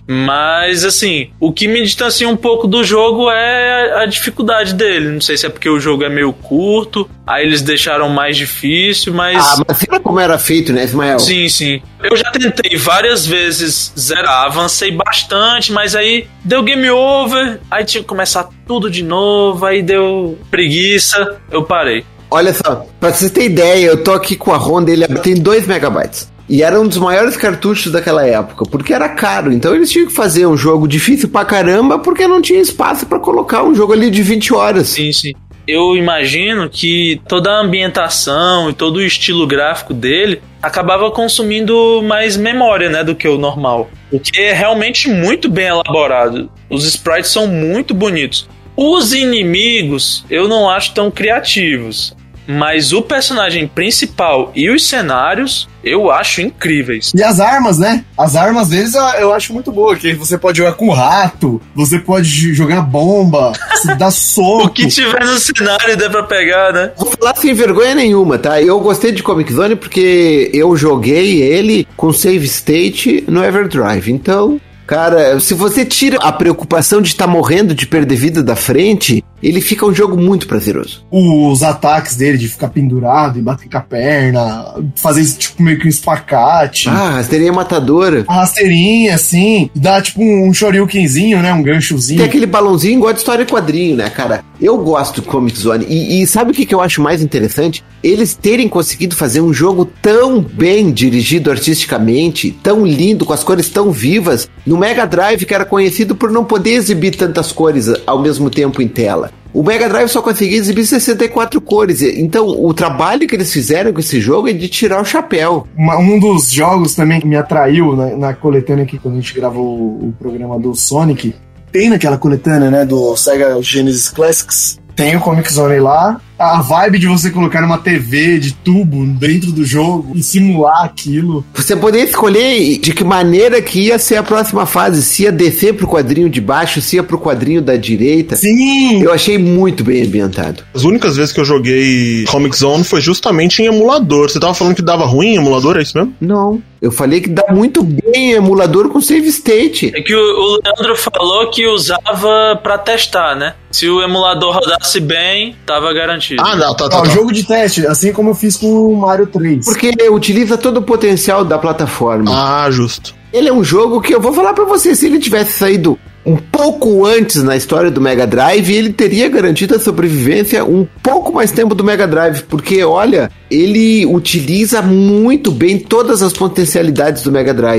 [SPEAKER 2] Mas, assim, o que me distancia um pouco do jogo é a dificuldade dele. Não sei se é porque o jogo é meio curto, aí eles deixaram mais difícil, mas...
[SPEAKER 1] mas será como era feito, né, Ismael?
[SPEAKER 2] Sim, sim. Eu já tentei várias vezes zerar, avancei bastante, mas aí deu game over, aí tinha que começar tudo de novo, aí deu preguiça, eu parei.
[SPEAKER 1] Olha só, pra você ter ideia, eu tô aqui com a ROM dele, tem 2 megabytes. E era um dos maiores cartuchos daquela época, porque era caro. Então eles tinham que fazer um jogo difícil pra caramba, porque não tinha espaço pra colocar um jogo ali de 20 horas.
[SPEAKER 2] Sim, sim. Eu imagino que toda a ambientação e todo o estilo gráfico dele acabava consumindo mais memória, né, do que o normal. Porque é realmente muito bem elaborado. Os sprites são muito bonitos. Os inimigos eu não acho tão criativos. Mas o personagem principal e os cenários eu acho incríveis.
[SPEAKER 4] E as armas, né? As armas deles eu acho muito boa, que você pode jogar com rato, você pode jogar bomba, dar soco.
[SPEAKER 2] O que tiver no cenário dá pra pegar, né?
[SPEAKER 1] Vou falar sem vergonha nenhuma, tá? Eu gostei de Comic Zone porque eu joguei ele com save state no Everdrive. Então, cara, se você tira a preocupação de estar morrendo, de perder vida da frente, ele fica um jogo muito prazeroso.
[SPEAKER 4] Os ataques dele, de ficar pendurado e bater com a perna, fazer tipo meio que um espacate.
[SPEAKER 1] Rasteirinha matadora.
[SPEAKER 4] A rasteirinha, assim, dá tipo um shoryukenzinho, né? Um ganchozinho.
[SPEAKER 1] Tem aquele balãozinho igual de história em quadrinho, né, cara? Eu gosto do Comic Zone. E sabe o que eu acho mais interessante? Eles terem conseguido fazer um jogo tão bem dirigido artisticamente, tão lindo, com as cores tão vivas, no Mega Drive, que era conhecido por não poder exibir tantas cores ao mesmo tempo em tela. O Mega Drive só conseguia exibir 64 cores. Então, o trabalho que eles fizeram com esse jogo é de tirar o chapéu.
[SPEAKER 4] Um dos jogos também que me atraiu na coletânea aqui, quando a gente gravou o programa do Sonic, tem naquela coletânea, né, do Sega Genesis Classics, tem o Comic Zone lá. A vibe de você colocar uma TV de tubo dentro do jogo e simular aquilo.
[SPEAKER 1] Você poder escolher de que maneira que ia ser a próxima fase. Se ia descer pro quadrinho de baixo, se ia pro quadrinho da direita.
[SPEAKER 4] Sim!
[SPEAKER 1] Eu achei muito bem ambientado.
[SPEAKER 8] As únicas vezes que eu joguei Comic Zone foi justamente em emulador. Você tava falando que dava ruim em emulador, é isso mesmo?
[SPEAKER 1] Não. Eu falei que dá muito bem em emulador com save state.
[SPEAKER 2] É que o Leandro falou que usava pra testar, né? Se o emulador rodasse bem, tava garantido.
[SPEAKER 4] Tá. Jogo de teste, assim como eu fiz com o Mario 3.
[SPEAKER 1] Porque utiliza todo o potencial da plataforma.
[SPEAKER 8] Justo.
[SPEAKER 1] Ele é um jogo que eu vou falar pra você, se ele tivesse saído um pouco antes na história do Mega Drive, ele teria garantido a sobrevivência um pouco mais tempo do Mega Drive, porque, olha, ele utiliza muito bem todas as potencialidades do Mega Drive.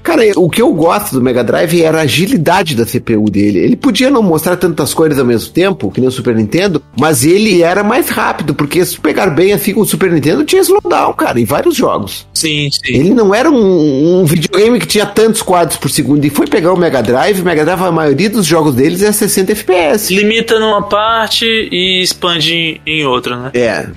[SPEAKER 1] Cara, o que eu gosto do Mega Drive era a agilidade da CPU dele. Ele podia não mostrar tantas cores ao mesmo tempo, que nem o Super Nintendo, mas ele era mais rápido, porque se pegar bem assim com o Super Nintendo, tinha slowdown, cara, em vários jogos.
[SPEAKER 2] Sim.
[SPEAKER 1] Ele não era um videogame que tinha tantos quadros por segundo, e foi pegar o Mega Drive, a maioria dos jogos deles é 60 FPS.
[SPEAKER 2] Limita numa parte e expande em outra, né?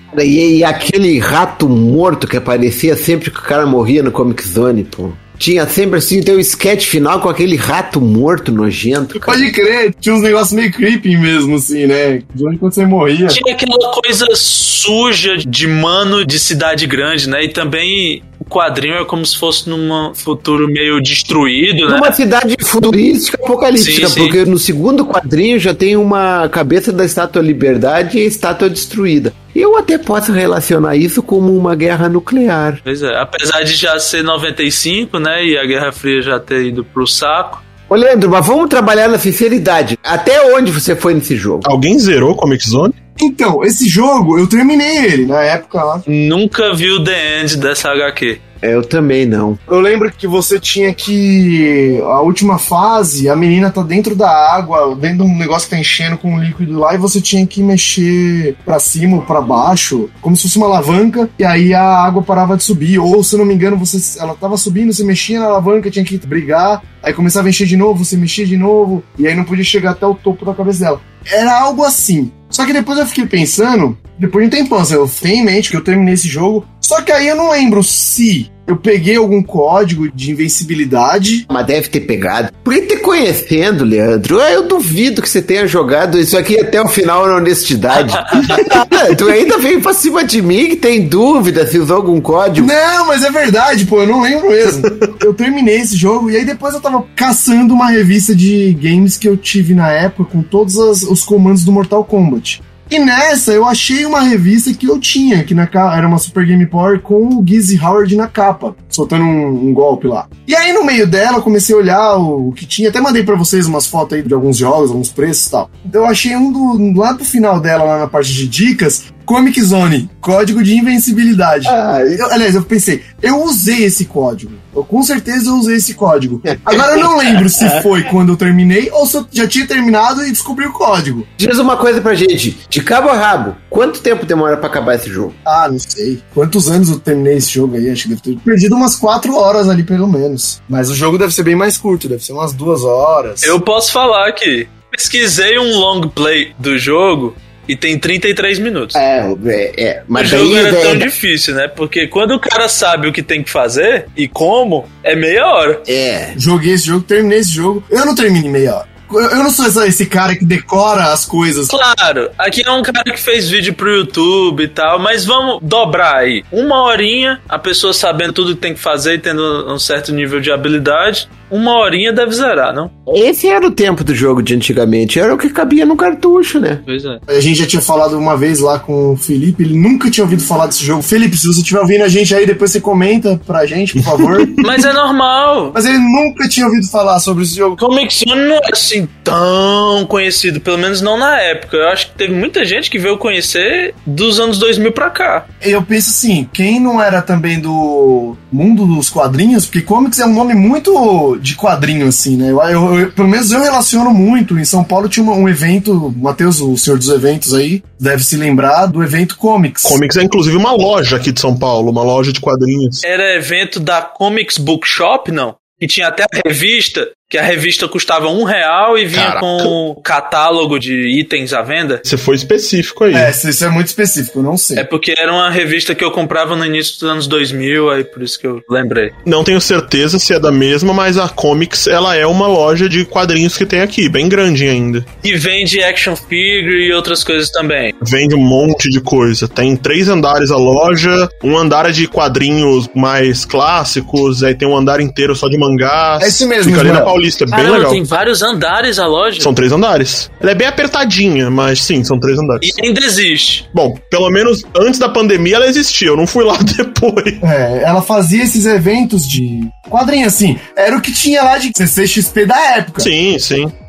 [SPEAKER 1] E aquele rato morto que aparecia sempre que o cara morria no Comic Zone, pô. Tinha sempre assim, tem o sketch final com aquele rato morto nojento. Cara.
[SPEAKER 4] Pode crer, tinha uns negócios meio creepy mesmo, assim, né? De onde você morria.
[SPEAKER 2] Tinha aquela coisa suja de mano de cidade grande, né? E também o quadrinho é como se fosse num futuro meio destruído, né?
[SPEAKER 1] Uma cidade futurística apocalíptica,
[SPEAKER 2] sim.
[SPEAKER 1] Porque no segundo quadrinho já tem uma cabeça da Estátua Liberdade e a estátua destruída. Eu até posso relacionar isso como uma guerra nuclear.
[SPEAKER 2] Pois é, apesar de já ser 95, né, e a Guerra Fria já ter ido pro saco.
[SPEAKER 1] Ô Leandro, mas vamos trabalhar na sinceridade. Até onde você foi nesse jogo?
[SPEAKER 8] Alguém zerou Comic Zone?
[SPEAKER 4] Então, esse jogo, eu terminei ele na época lá.
[SPEAKER 2] Nunca vi o The End dessa HQ.
[SPEAKER 1] Eu também não.
[SPEAKER 4] Eu lembro que você tinha que... A última fase, a menina tá dentro da água, dentro de um negócio que tá enchendo com um líquido lá, e você tinha que mexer pra cima ou pra baixo, como se fosse uma alavanca, e aí a água parava de subir. Ou, se eu não me engano, ela tava subindo, você mexia na alavanca, tinha que brigar, aí começava a encher de novo, você mexia de novo, e aí não podia chegar até o topo da cabeça dela. Era algo assim. Só que depois eu fiquei pensando, depois de um tempão, eu tenho em mente que eu terminei esse jogo, só que aí eu não lembro se eu peguei algum código de invencibilidade.
[SPEAKER 1] Mas deve ter pegado. Porque te conhecendo, Leandro, eu duvido que você tenha jogado isso aqui até o final na honestidade. Tu ainda veio pra cima de mim que tem dúvida se usou algum código.
[SPEAKER 4] Não, mas é verdade, pô, eu não lembro mesmo. Eu terminei esse jogo e aí depois eu tava caçando uma revista de games que eu tive na época com todos os comandos do Mortal Kombat. E nessa eu achei uma revista que eu tinha, que era uma Super Game Power com o Gizzy Howard na capa, soltando um golpe lá. E aí no meio dela eu comecei a olhar o que tinha, até mandei pra vocês umas fotos aí de alguns jogos, alguns preços e tal. Então eu achei lá pro final dela, lá na parte de dicas, Comic Zone, código de invencibilidade. Aliás, eu pensei, eu usei esse código. Com certeza eu usei esse código. Agora eu não lembro se foi quando eu terminei ou se eu já tinha terminado e descobri o código.
[SPEAKER 1] Diz uma coisa pra gente, de cabo a rabo, quanto tempo demora pra acabar esse jogo?
[SPEAKER 4] Ah, não sei. Quantos anos eu terminei esse jogo aí? Acho que deve ter perdido umas 4 horas ali, pelo menos. Mas o jogo deve ser bem mais curto, deve ser umas 2 horas.
[SPEAKER 2] Eu posso falar que pesquisei um long play do jogo e tem 33 minutos.
[SPEAKER 1] Mas
[SPEAKER 2] o jogo era tão difícil, né? Porque quando o cara sabe o que tem que fazer e como, é meia hora.
[SPEAKER 4] Joguei esse jogo, terminei esse jogo. Eu não termino em meia hora. Eu não sou esse cara que decora as coisas.
[SPEAKER 2] Claro, aqui é um cara que fez vídeo pro YouTube e tal, mas vamos dobrar aí. 1 horinha, a pessoa sabendo tudo que tem que fazer e tendo um certo nível de habilidade, 1 horinha deve zerar, não?
[SPEAKER 1] Esse era o tempo do jogo de antigamente, era o que cabia no cartucho, né?
[SPEAKER 2] Pois é.
[SPEAKER 4] A gente já tinha falado uma vez lá com o Felipe, ele nunca tinha ouvido falar desse jogo. Felipe, se você estiver ouvindo a gente aí, depois você comenta pra gente, por favor.
[SPEAKER 2] Mas é normal.
[SPEAKER 4] Mas ele nunca tinha ouvido falar sobre esse jogo.
[SPEAKER 2] Comic Zone não é assim tão conhecido, pelo menos não na época. Eu acho que teve muita gente que veio conhecer dos anos 2000 pra cá.
[SPEAKER 4] Eu penso assim, quem não era também do mundo dos quadrinhos, porque comics é um nome muito de quadrinho, assim, né? Pelo menos eu relaciono muito. Em São Paulo tinha um evento, Matheus, o senhor dos eventos aí, deve se lembrar do evento Comics.
[SPEAKER 8] Comics é inclusive uma loja aqui de São Paulo, uma loja de quadrinhos.
[SPEAKER 2] Era evento da Comics Bookshop, não? E tinha até a revista, que a revista custava R$1 e vinha com o catálogo de itens à venda.
[SPEAKER 8] Você foi específico aí.
[SPEAKER 4] Isso é muito específico, eu não sei.
[SPEAKER 2] É porque era uma revista que eu comprava no início dos anos 2000, aí por isso que eu lembrei.
[SPEAKER 8] Não tenho certeza se é da mesma, mas a Comics, ela é uma loja de quadrinhos que tem aqui, bem grande ainda.
[SPEAKER 2] E vende action figure e outras coisas também.
[SPEAKER 8] Vende um monte de coisa. Tem 3 andares a loja, um andar é de quadrinhos mais clássicos, aí tem um andar inteiro só de mangás.
[SPEAKER 4] É isso mesmo,
[SPEAKER 8] fica ali na Paulista, é bem legal.
[SPEAKER 2] Tem vários andares a loja.
[SPEAKER 8] São 3 andares. Ela é bem apertadinha, mas sim, são 3 andares.
[SPEAKER 2] E ainda existe.
[SPEAKER 8] Bom, pelo menos antes da pandemia ela existia, eu não fui lá depois.
[SPEAKER 4] Ela fazia esses eventos de quadrinho, assim. Era o que tinha lá de CCXP da época.
[SPEAKER 8] Sim, sim.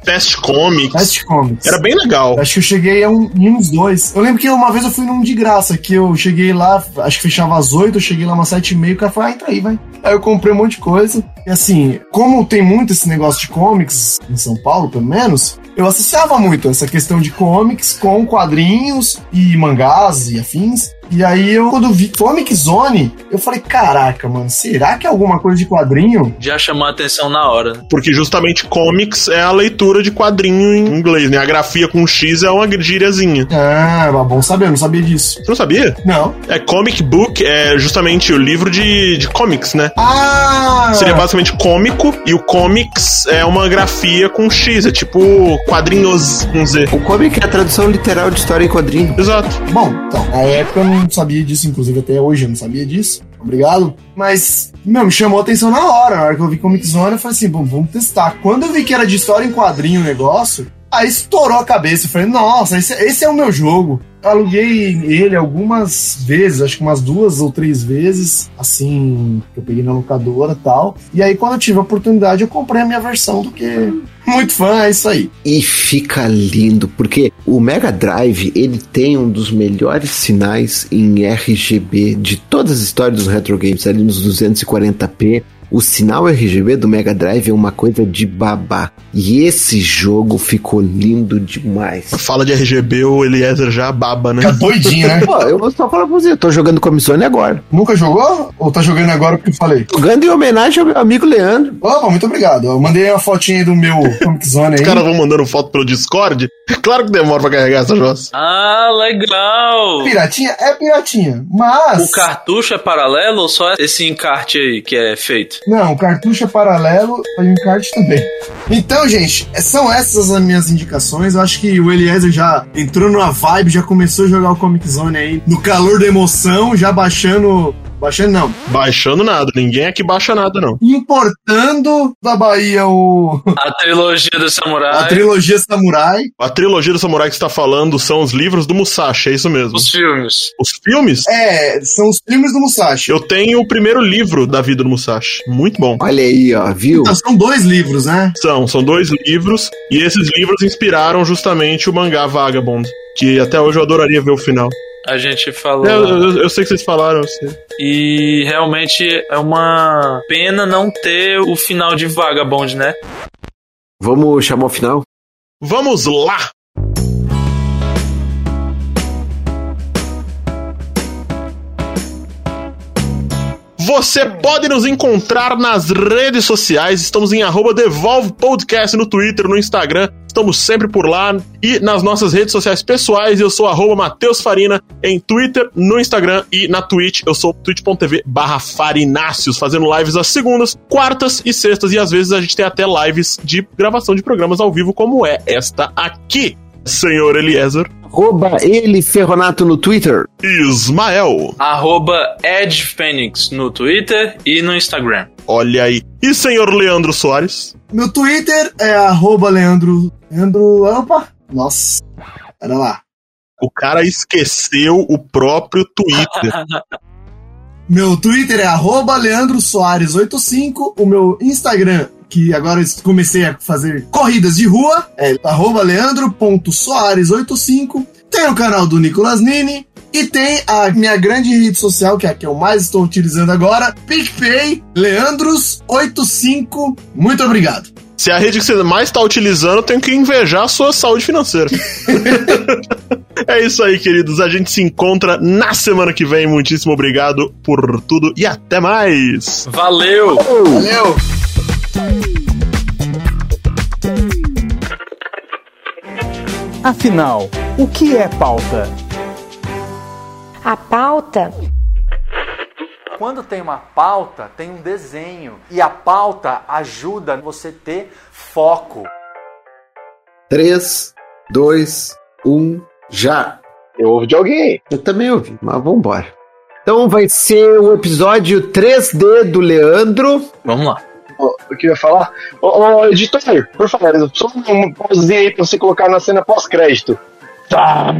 [SPEAKER 8] Fast Comics.
[SPEAKER 4] Fast Comics.
[SPEAKER 8] Era bem legal.
[SPEAKER 4] Acho que eu cheguei em uns 2. Eu lembro que uma vez eu fui num de graça, que eu cheguei lá, acho que fechava às 8, eu cheguei lá umas 7h30, o cara falou, entra aí, vai. Aí eu comprei um monte de coisa. E assim, como tem muito esse negócio de comics, em São Paulo, pelo menos, eu associava muito essa questão de comics com quadrinhos e mangás e afins. E aí quando vi Comic Zone, eu falei, caraca, mano, será que é alguma coisa de quadrinho?
[SPEAKER 2] Já chamou a atenção na hora, né?
[SPEAKER 8] Porque justamente comics é a leitura de quadrinho em inglês, né? A grafia com X é uma gíriazinha.
[SPEAKER 4] Ah, bom saber, eu não sabia disso.
[SPEAKER 8] Você não sabia?
[SPEAKER 4] Não.
[SPEAKER 8] É comic book, é justamente o livro de comics, né?
[SPEAKER 4] Ah!
[SPEAKER 8] Seria basicamente cômico, e o comics é uma grafia com X, é tipo quadrinhos com Z.
[SPEAKER 1] O comic é a tradução literal de história em quadrinho.
[SPEAKER 8] Exato.
[SPEAKER 4] Bom, então, na época eu não sabia disso, inclusive até hoje eu não sabia disso. Obrigado. Mas, meu, me chamou a atenção na hora que eu vi Comic Zone, eu falei assim, bom, vamos testar. Quando eu vi que era de história em quadrinho o negócio, aí estourou a cabeça. Eu falei, nossa, esse é o meu jogo. Eu aluguei ele algumas vezes, acho que umas 2 ou 3 vezes, assim, que eu peguei na locadora e tal. E aí, quando eu tive a oportunidade, eu comprei a minha versão, porque muito fã, é isso aí.
[SPEAKER 1] E fica lindo, porque o Mega Drive, ele tem um dos melhores sinais em RGB de todas as histórias dos retro games, ali nos 240p. O sinal RGB do Mega Drive é uma coisa de babá. E esse jogo ficou lindo demais.
[SPEAKER 8] Fala de RGB, o Eliezer já baba, né?
[SPEAKER 4] Fica doidinho, né?
[SPEAKER 1] Pô, eu vou só falar pra você, eu tô jogando Comic Zone agora.
[SPEAKER 4] Nunca jogou? Ou tá jogando agora porque eu falei?
[SPEAKER 1] Jogando em homenagem ao meu amigo Leandro.
[SPEAKER 4] Opa, muito obrigado. Eu mandei uma fotinha aí do meu Comic Zone aí.
[SPEAKER 8] Os caras vão mandando foto pelo Discord? Claro que demora pra carregar essa jossa.
[SPEAKER 2] Ah, legal!
[SPEAKER 4] Piratinha é piratinha, mas...
[SPEAKER 2] O cartucho é paralelo ou só esse encarte aí que é feito?
[SPEAKER 4] Não, o cartucho é paralelo e o encarte também. Então, gente, são essas as minhas indicações. Eu acho que o Eliezer já entrou numa vibe, já começou a jogar o Comic Zone aí, no calor da emoção, já baixando... Baixando não.
[SPEAKER 8] Baixando nada. Ninguém aqui baixa nada, não.
[SPEAKER 4] Importando da Bahia
[SPEAKER 2] a trilogia do Samurai.
[SPEAKER 4] A trilogia Samurai.
[SPEAKER 8] A trilogia do Samurai que você tá falando são os livros do Musashi, é isso mesmo?
[SPEAKER 2] Os filmes.
[SPEAKER 8] Os filmes?
[SPEAKER 4] É, são os filmes do Musashi.
[SPEAKER 8] Eu tenho o primeiro livro da vida do Musashi. Muito bom.
[SPEAKER 1] Olha aí, ó, viu?
[SPEAKER 4] Então, são 2 livros, né?
[SPEAKER 8] São 2 livros. E esses livros inspiraram justamente o mangá Vagabond. Que até hoje eu adoraria ver o final.
[SPEAKER 2] A gente falou...
[SPEAKER 8] Eu sei que vocês falaram, eu sei.
[SPEAKER 2] E realmente é uma pena não ter o final de Vagabond, né?
[SPEAKER 1] Vamos chamar o final?
[SPEAKER 8] Vamos lá! Você pode nos encontrar nas redes sociais. Estamos em @DevolvePodcast no Twitter, no Instagram. Estamos sempre por lá. E nas nossas redes sociais pessoais, eu sou @Matheus Farina em Twitter, no Instagram e na Twitch. Eu sou twitch.tv/Farináceos, fazendo lives às segundas, quartas e sextas. E às vezes a gente tem até lives de gravação de programas ao vivo, como é esta aqui. Senhor Eliezer.
[SPEAKER 1] @ele Ferronato no Twitter.
[SPEAKER 8] Ismael.
[SPEAKER 2] @EdgePhoenix no Twitter e no Instagram.
[SPEAKER 8] Olha aí. E senhor Leandro Soares?
[SPEAKER 4] Meu Twitter é @Leandro... Opa! Nossa. Pera lá.
[SPEAKER 8] O cara esqueceu o próprio Twitter.
[SPEAKER 4] Meu Twitter é @LeandroSoares85. O meu Instagram, que agora eu comecei a fazer corridas de rua, é @Leandro.Soares85. Tem o canal do Nicolas Nini. E tem a minha grande rede social, que é a que eu mais estou utilizando agora, PicPay, Leandros85. Muito obrigado.
[SPEAKER 8] Se é a rede que você mais está utilizando, eu tenho que invejar a sua saúde financeira. É isso aí, queridos. A gente se encontra na semana que vem. Muitíssimo obrigado por tudo e até mais.
[SPEAKER 2] Valeu!
[SPEAKER 4] Valeu!
[SPEAKER 11] Afinal, o que é pauta?
[SPEAKER 12] A pauta...
[SPEAKER 7] Quando tem uma pauta, tem um desenho. E a pauta ajuda você a ter foco.
[SPEAKER 1] 3, 2, 1, já.
[SPEAKER 3] Eu ouvi de alguém.
[SPEAKER 1] Eu também ouvi, mas vambora. Então vai ser o episódio 3D do Leandro.
[SPEAKER 2] Vamos lá.
[SPEAKER 3] O que eu ia falar? Ô, editor, por favor, só uma pausinha aí pra você colocar na cena pós-crédito. Tá.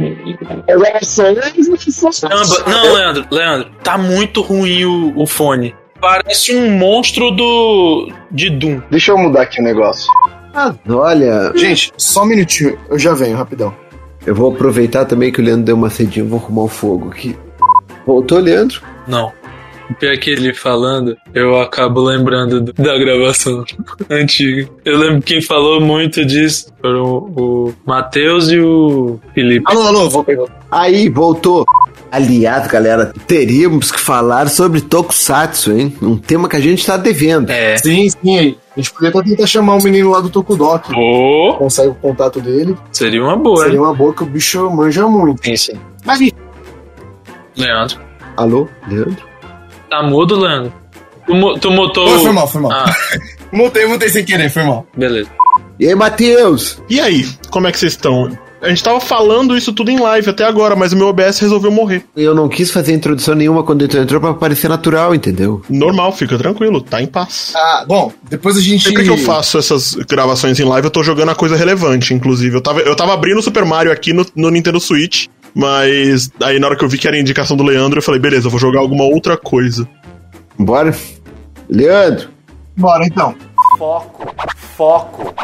[SPEAKER 2] Não, Leandro, tá muito ruim o fone. Parece um monstro de Doom.
[SPEAKER 3] Deixa eu mudar aqui o negócio.
[SPEAKER 1] Mas olha...
[SPEAKER 4] Gente, só um minutinho, eu já venho, rapidão.
[SPEAKER 1] Eu vou aproveitar também que o Leandro deu uma cedinha, vou arrumar o fogo aqui. Voltou, Leandro?
[SPEAKER 2] Não. Pior que ele falando, eu acabo lembrando da gravação antiga. Eu lembro que quem falou muito disso foram o Matheus e o Felipe.
[SPEAKER 4] Alô, vou pegar.
[SPEAKER 1] Aí, voltou. Aliás, galera, teríamos que falar sobre Tokusatsu, hein? Um tema que a gente tá devendo.
[SPEAKER 2] É.
[SPEAKER 4] Sim. A gente podia até tentar chamar o menino lá do Tokudok. Consegue o contato dele.
[SPEAKER 2] Seria uma boa,
[SPEAKER 4] Seria uma boa, que o bicho manja muito.
[SPEAKER 2] Sim.
[SPEAKER 4] Mas,
[SPEAKER 2] Leandro.
[SPEAKER 1] Alô, Leandro?
[SPEAKER 2] Tá mudo, Leandro? Tu mutou...
[SPEAKER 4] Foi mal. Ah. Mutei sem querer, foi mal.
[SPEAKER 2] Beleza.
[SPEAKER 1] E aí, Matheus?
[SPEAKER 8] E aí, como é que vocês estão? A gente tava falando isso tudo em live até agora, mas o meu OBS resolveu morrer.
[SPEAKER 1] Eu não quis fazer introdução nenhuma quando tu entrou pra parecer natural, entendeu?
[SPEAKER 8] Normal, fica tranquilo, tá em paz.
[SPEAKER 4] Ah, bom, depois a gente...
[SPEAKER 8] Sempre que eu faço essas gravações em live, eu tô jogando a coisa relevante, inclusive. Eu tava abrindo o Super Mario aqui no Nintendo Switch, mas aí na hora que eu vi que era a indicação do Leandro, eu falei, beleza, eu vou jogar alguma outra coisa.
[SPEAKER 1] Bora? Leandro?
[SPEAKER 4] Bora, então.
[SPEAKER 7] Foco.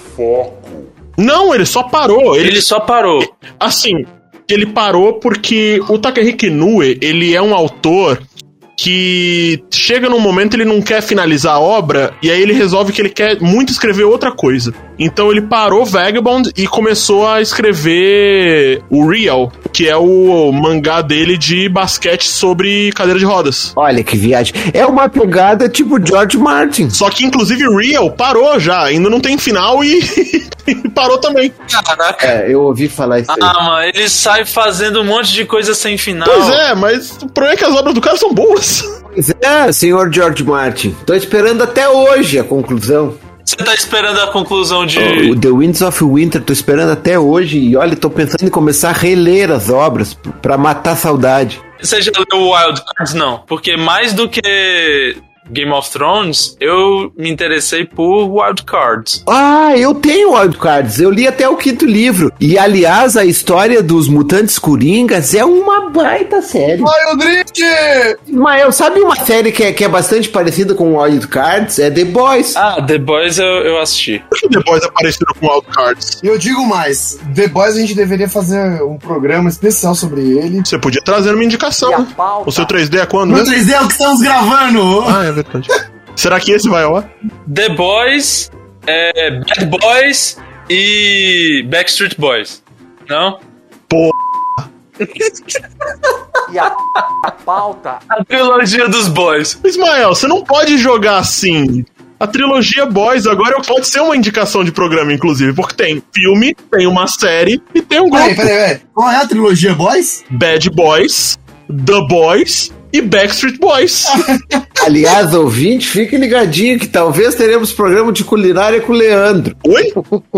[SPEAKER 8] Não, ele só parou.
[SPEAKER 2] Ele só parou.
[SPEAKER 8] Assim, ele parou porque o Takehiko Inoue, ele é um autor que chega num momento ele não quer finalizar a obra e aí ele resolve que ele quer muito escrever outra coisa. Então ele parou Vagabond e começou a escrever o Real, que é o mangá dele de basquete sobre cadeira de rodas.
[SPEAKER 1] Olha que viagem. É uma pegada tipo George Martin.
[SPEAKER 8] Só que inclusive Real parou já, ainda não tem final e parou também.
[SPEAKER 2] Caraca.
[SPEAKER 1] É, eu ouvi falar isso aí.
[SPEAKER 2] Mano, ele sai fazendo um monte de coisa sem final.
[SPEAKER 8] Pois é, mas o problema é que as obras do cara são boas.
[SPEAKER 1] Pois é, senhor George Martin. Tô esperando até hoje a conclusão.
[SPEAKER 2] Você tá esperando a conclusão de...
[SPEAKER 1] O The Winds of Winter, tô esperando até hoje. E olha, tô pensando em começar a reler as obras pra matar a saudade.
[SPEAKER 2] Você já leu Wild Cards? Não. Porque mais do que Game of Thrones, eu me interessei por Wild Cards.
[SPEAKER 1] Ah, eu tenho Wild Cards. Eu li até o 5º livro. E, aliás, a história dos Mutantes Coringas é uma baita série.
[SPEAKER 4] Wild Drift!
[SPEAKER 1] Mas sabe uma série que é bastante parecida com Wild Cards? É The Boys.
[SPEAKER 2] Ah, The Boys eu assisti.
[SPEAKER 8] Por que The Boys é parecido com Wild Cards?
[SPEAKER 4] E eu digo mais, The Boys a gente deveria fazer um programa especial sobre ele.
[SPEAKER 8] Você podia trazer uma indicação. O seu 3D é quando?
[SPEAKER 4] Meu 3D é o que estamos gravando!
[SPEAKER 8] Ah, é verdade. Será que esse vai ao ar?
[SPEAKER 2] The Boys, Bad Boys e Backstreet Boys. Não?
[SPEAKER 8] Pô.
[SPEAKER 7] E a pauta...
[SPEAKER 2] A trilogia dos boys.
[SPEAKER 8] Ismael, você não pode jogar assim. A trilogia Boys agora pode ser uma indicação de programa, inclusive, porque tem filme, tem uma série e tem um grupo.
[SPEAKER 4] Peraí. Qual é a trilogia Boys?
[SPEAKER 8] Bad Boys, The Boys e Backstreet Boys.
[SPEAKER 1] Aliás, ouvinte, fique ligadinho que talvez teremos programa de culinária com o Leandro.
[SPEAKER 8] Oi?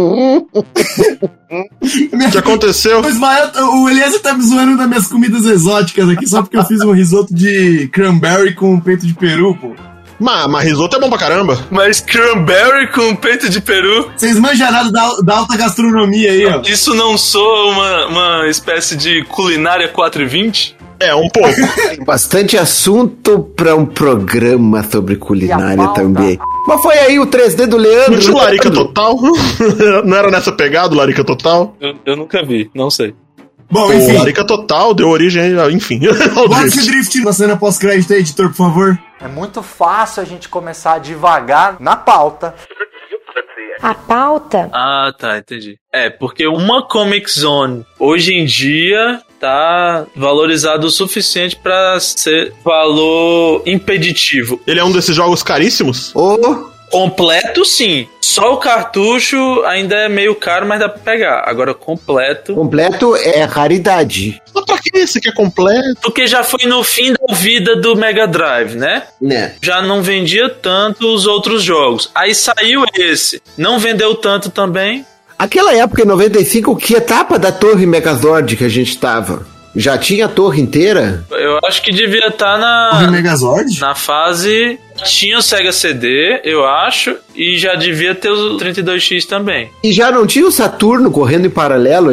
[SPEAKER 8] O que aconteceu?
[SPEAKER 4] O Eliezer tá me zoando das minhas comidas exóticas aqui só porque eu fiz um risoto de cranberry com peito de peru, pô.
[SPEAKER 8] Mas risoto é bom pra caramba.
[SPEAKER 2] Mas cranberry com peito de peru?
[SPEAKER 4] Vocês manjam nada da alta gastronomia aí, ó.
[SPEAKER 2] Isso não soa uma espécie de culinária 420?
[SPEAKER 8] É, um pouco.
[SPEAKER 1] Tem bastante assunto pra um programa sobre culinária também. Mas foi aí o 3D do Leandro.
[SPEAKER 8] Não tinha Larica Total? Não era nessa pegada, Larica Total?
[SPEAKER 2] Eu nunca vi, não sei.
[SPEAKER 4] Bom, enfim.
[SPEAKER 8] Larica Total deu origem, enfim.
[SPEAKER 4] Bota esse drift na cena pós-crédito aí, editor, por favor.
[SPEAKER 7] É muito fácil a gente começar devagar na pauta.
[SPEAKER 12] A pauta?
[SPEAKER 2] Ah, tá, entendi. Porque uma Comic Zone hoje em dia tá valorizado o suficiente pra ser valor impeditivo.
[SPEAKER 8] Ele é um desses jogos caríssimos?
[SPEAKER 2] Completo, sim. Só o cartucho ainda é meio caro, mas dá pra pegar. Agora, completo...
[SPEAKER 1] Completo é raridade.
[SPEAKER 8] Mas pra que você quer completo?
[SPEAKER 2] Porque já foi no fim da vida do Mega Drive, né? Já não vendia tanto os outros jogos. Aí saiu esse. Não vendeu tanto também.
[SPEAKER 1] Aquela época, em 95, que etapa da Torre Megazord que a gente tava? Já tinha a torre inteira?
[SPEAKER 2] Eu acho que devia estar
[SPEAKER 4] Torre Megazord?
[SPEAKER 2] na fase... Tinha o Sega CD, eu acho, e já devia ter o 32X também.
[SPEAKER 1] E já não tinha o Saturno correndo em paralelo ali?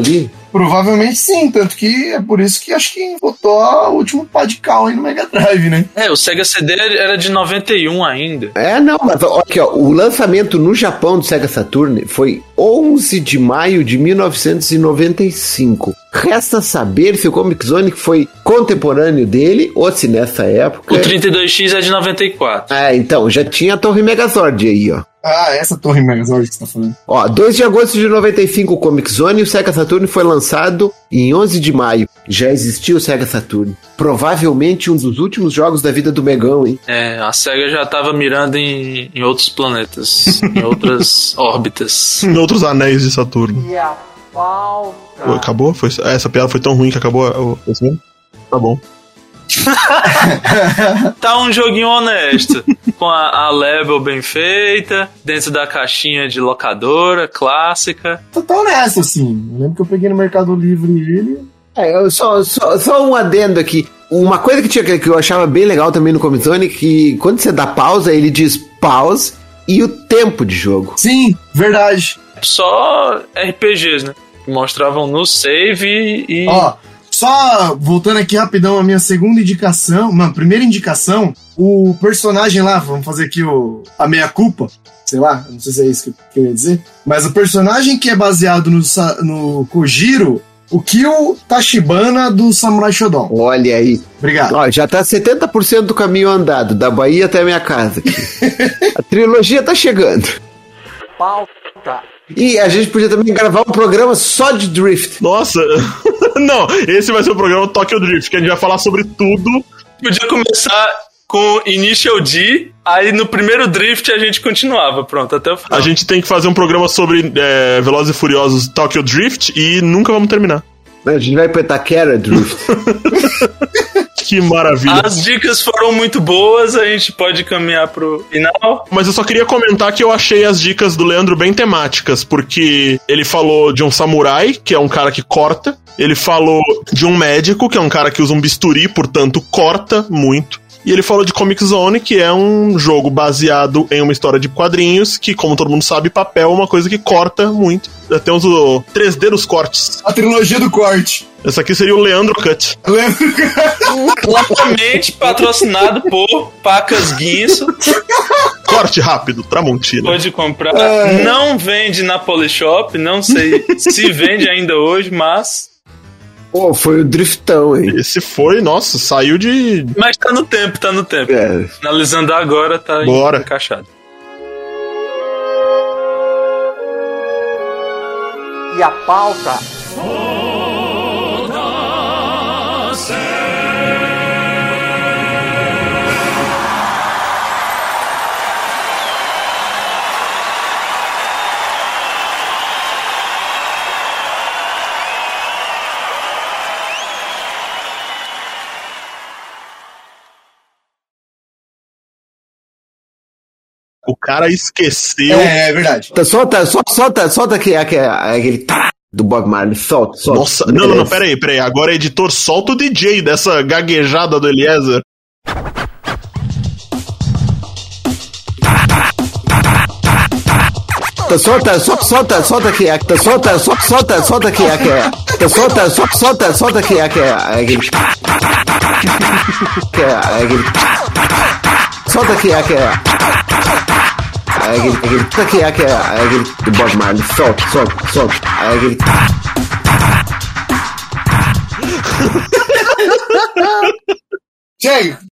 [SPEAKER 4] Provavelmente sim, tanto que é por isso que acho que botou o último pá de cal aí no Mega Drive, né?
[SPEAKER 2] O Sega CD era de 91 ainda.
[SPEAKER 1] Não, mas olha aqui, ó, o lançamento no Japão do Sega Saturn foi 11 de maio de 1995. Resta saber se o Comic Zone foi contemporâneo dele ou se nessa época...
[SPEAKER 2] O 32X é de 94.
[SPEAKER 1] Então, já tinha a Torre Megazord aí, ó.
[SPEAKER 4] Essa Torre Megazord que você tá falando.
[SPEAKER 1] 2 de agosto de 95 o Comic Zone e o Sega Saturn foi lançado em 11 de maio. Já existia o Sega Saturn. Provavelmente um dos últimos jogos da vida do Megão, hein?
[SPEAKER 2] A Sega já tava mirando em outros planetas, em outras órbitas.
[SPEAKER 8] Em outros anéis de Saturno.
[SPEAKER 7] E a pauta...
[SPEAKER 8] Acabou? Essa piada foi tão ruim que acabou esse mesmo? Tá bom.
[SPEAKER 2] Tá um joguinho honesto, com a level bem feita, dentro da caixinha de locadora, clássica.
[SPEAKER 4] Tá honesto, assim. Eu lembro que eu peguei no Mercado Livre ele...
[SPEAKER 1] Só um adendo aqui. Uma coisa que eu achava bem legal também no Comic Zone, que quando você dá pausa, ele diz pause e o tempo de jogo.
[SPEAKER 4] Sim, verdade.
[SPEAKER 2] Só RPGs, né? Que mostravam no save e...
[SPEAKER 4] Só voltando aqui rapidão a minha segunda indicação, primeira indicação, o personagem lá, vamos fazer aqui a meia-culpa, sei lá, não sei se é isso que eu ia dizer, mas o personagem que é baseado no Kojiro, o Kyo Tachibana do Samurai Shodown.
[SPEAKER 1] Olha aí.
[SPEAKER 4] Obrigado.
[SPEAKER 1] Já tá 70% do caminho andado, da Bahia até a minha casa aqui. A trilogia tá chegando.
[SPEAKER 7] Pauta.
[SPEAKER 1] E a gente podia também gravar um programa só de Drift.
[SPEAKER 8] Nossa, não, esse vai ser o programa Tokyo Drift, que a gente vai falar sobre tudo.
[SPEAKER 2] Podia começar com Initial D, aí no primeiro Drift a gente continuava, pronto, até o final.
[SPEAKER 8] A gente tem que fazer um programa sobre Velozes e Furiosos Tokyo Drift e nunca vamos terminar.
[SPEAKER 1] A gente vai pra Itaquera Drift.
[SPEAKER 8] Que maravilha.
[SPEAKER 2] As dicas foram muito boas, a gente pode caminhar pro final.
[SPEAKER 8] Mas eu só queria comentar que eu achei as dicas do Leandro bem temáticas, porque ele falou de um samurai, que é um cara que corta. Ele falou de um médico, que é um cara que usa um bisturi, portanto corta muito. E ele falou de Comic Zone, que é um jogo baseado em uma história de quadrinhos, que, como todo mundo sabe, papel é uma coisa que corta muito. Temos o 3D dos cortes.
[SPEAKER 4] A trilogia do corte.
[SPEAKER 8] Essa aqui seria o Leandro Cut.
[SPEAKER 2] Claramente patrocinado por Pacas Guinso.
[SPEAKER 8] Corte rápido, Tramontina.
[SPEAKER 2] Pode comprar. Não vende na Polishop, não sei se vende ainda hoje, mas...
[SPEAKER 1] Foi o Driftão, hein?
[SPEAKER 8] Esse foi, nossa, saiu de...
[SPEAKER 2] Mas tá no tempo. Analisando agora, tá encaixado.
[SPEAKER 7] E a pauta...
[SPEAKER 8] O cara esqueceu.
[SPEAKER 4] É verdade.
[SPEAKER 1] Solta aquele do Bob Marley. Solta.
[SPEAKER 8] Nossa, não, peraí. Agora, editor, solta o DJ dessa gaguejada do Eliezer.
[SPEAKER 1] Solta aqui. Solta aquele do Bob Marley. Solta.
[SPEAKER 4] Chega.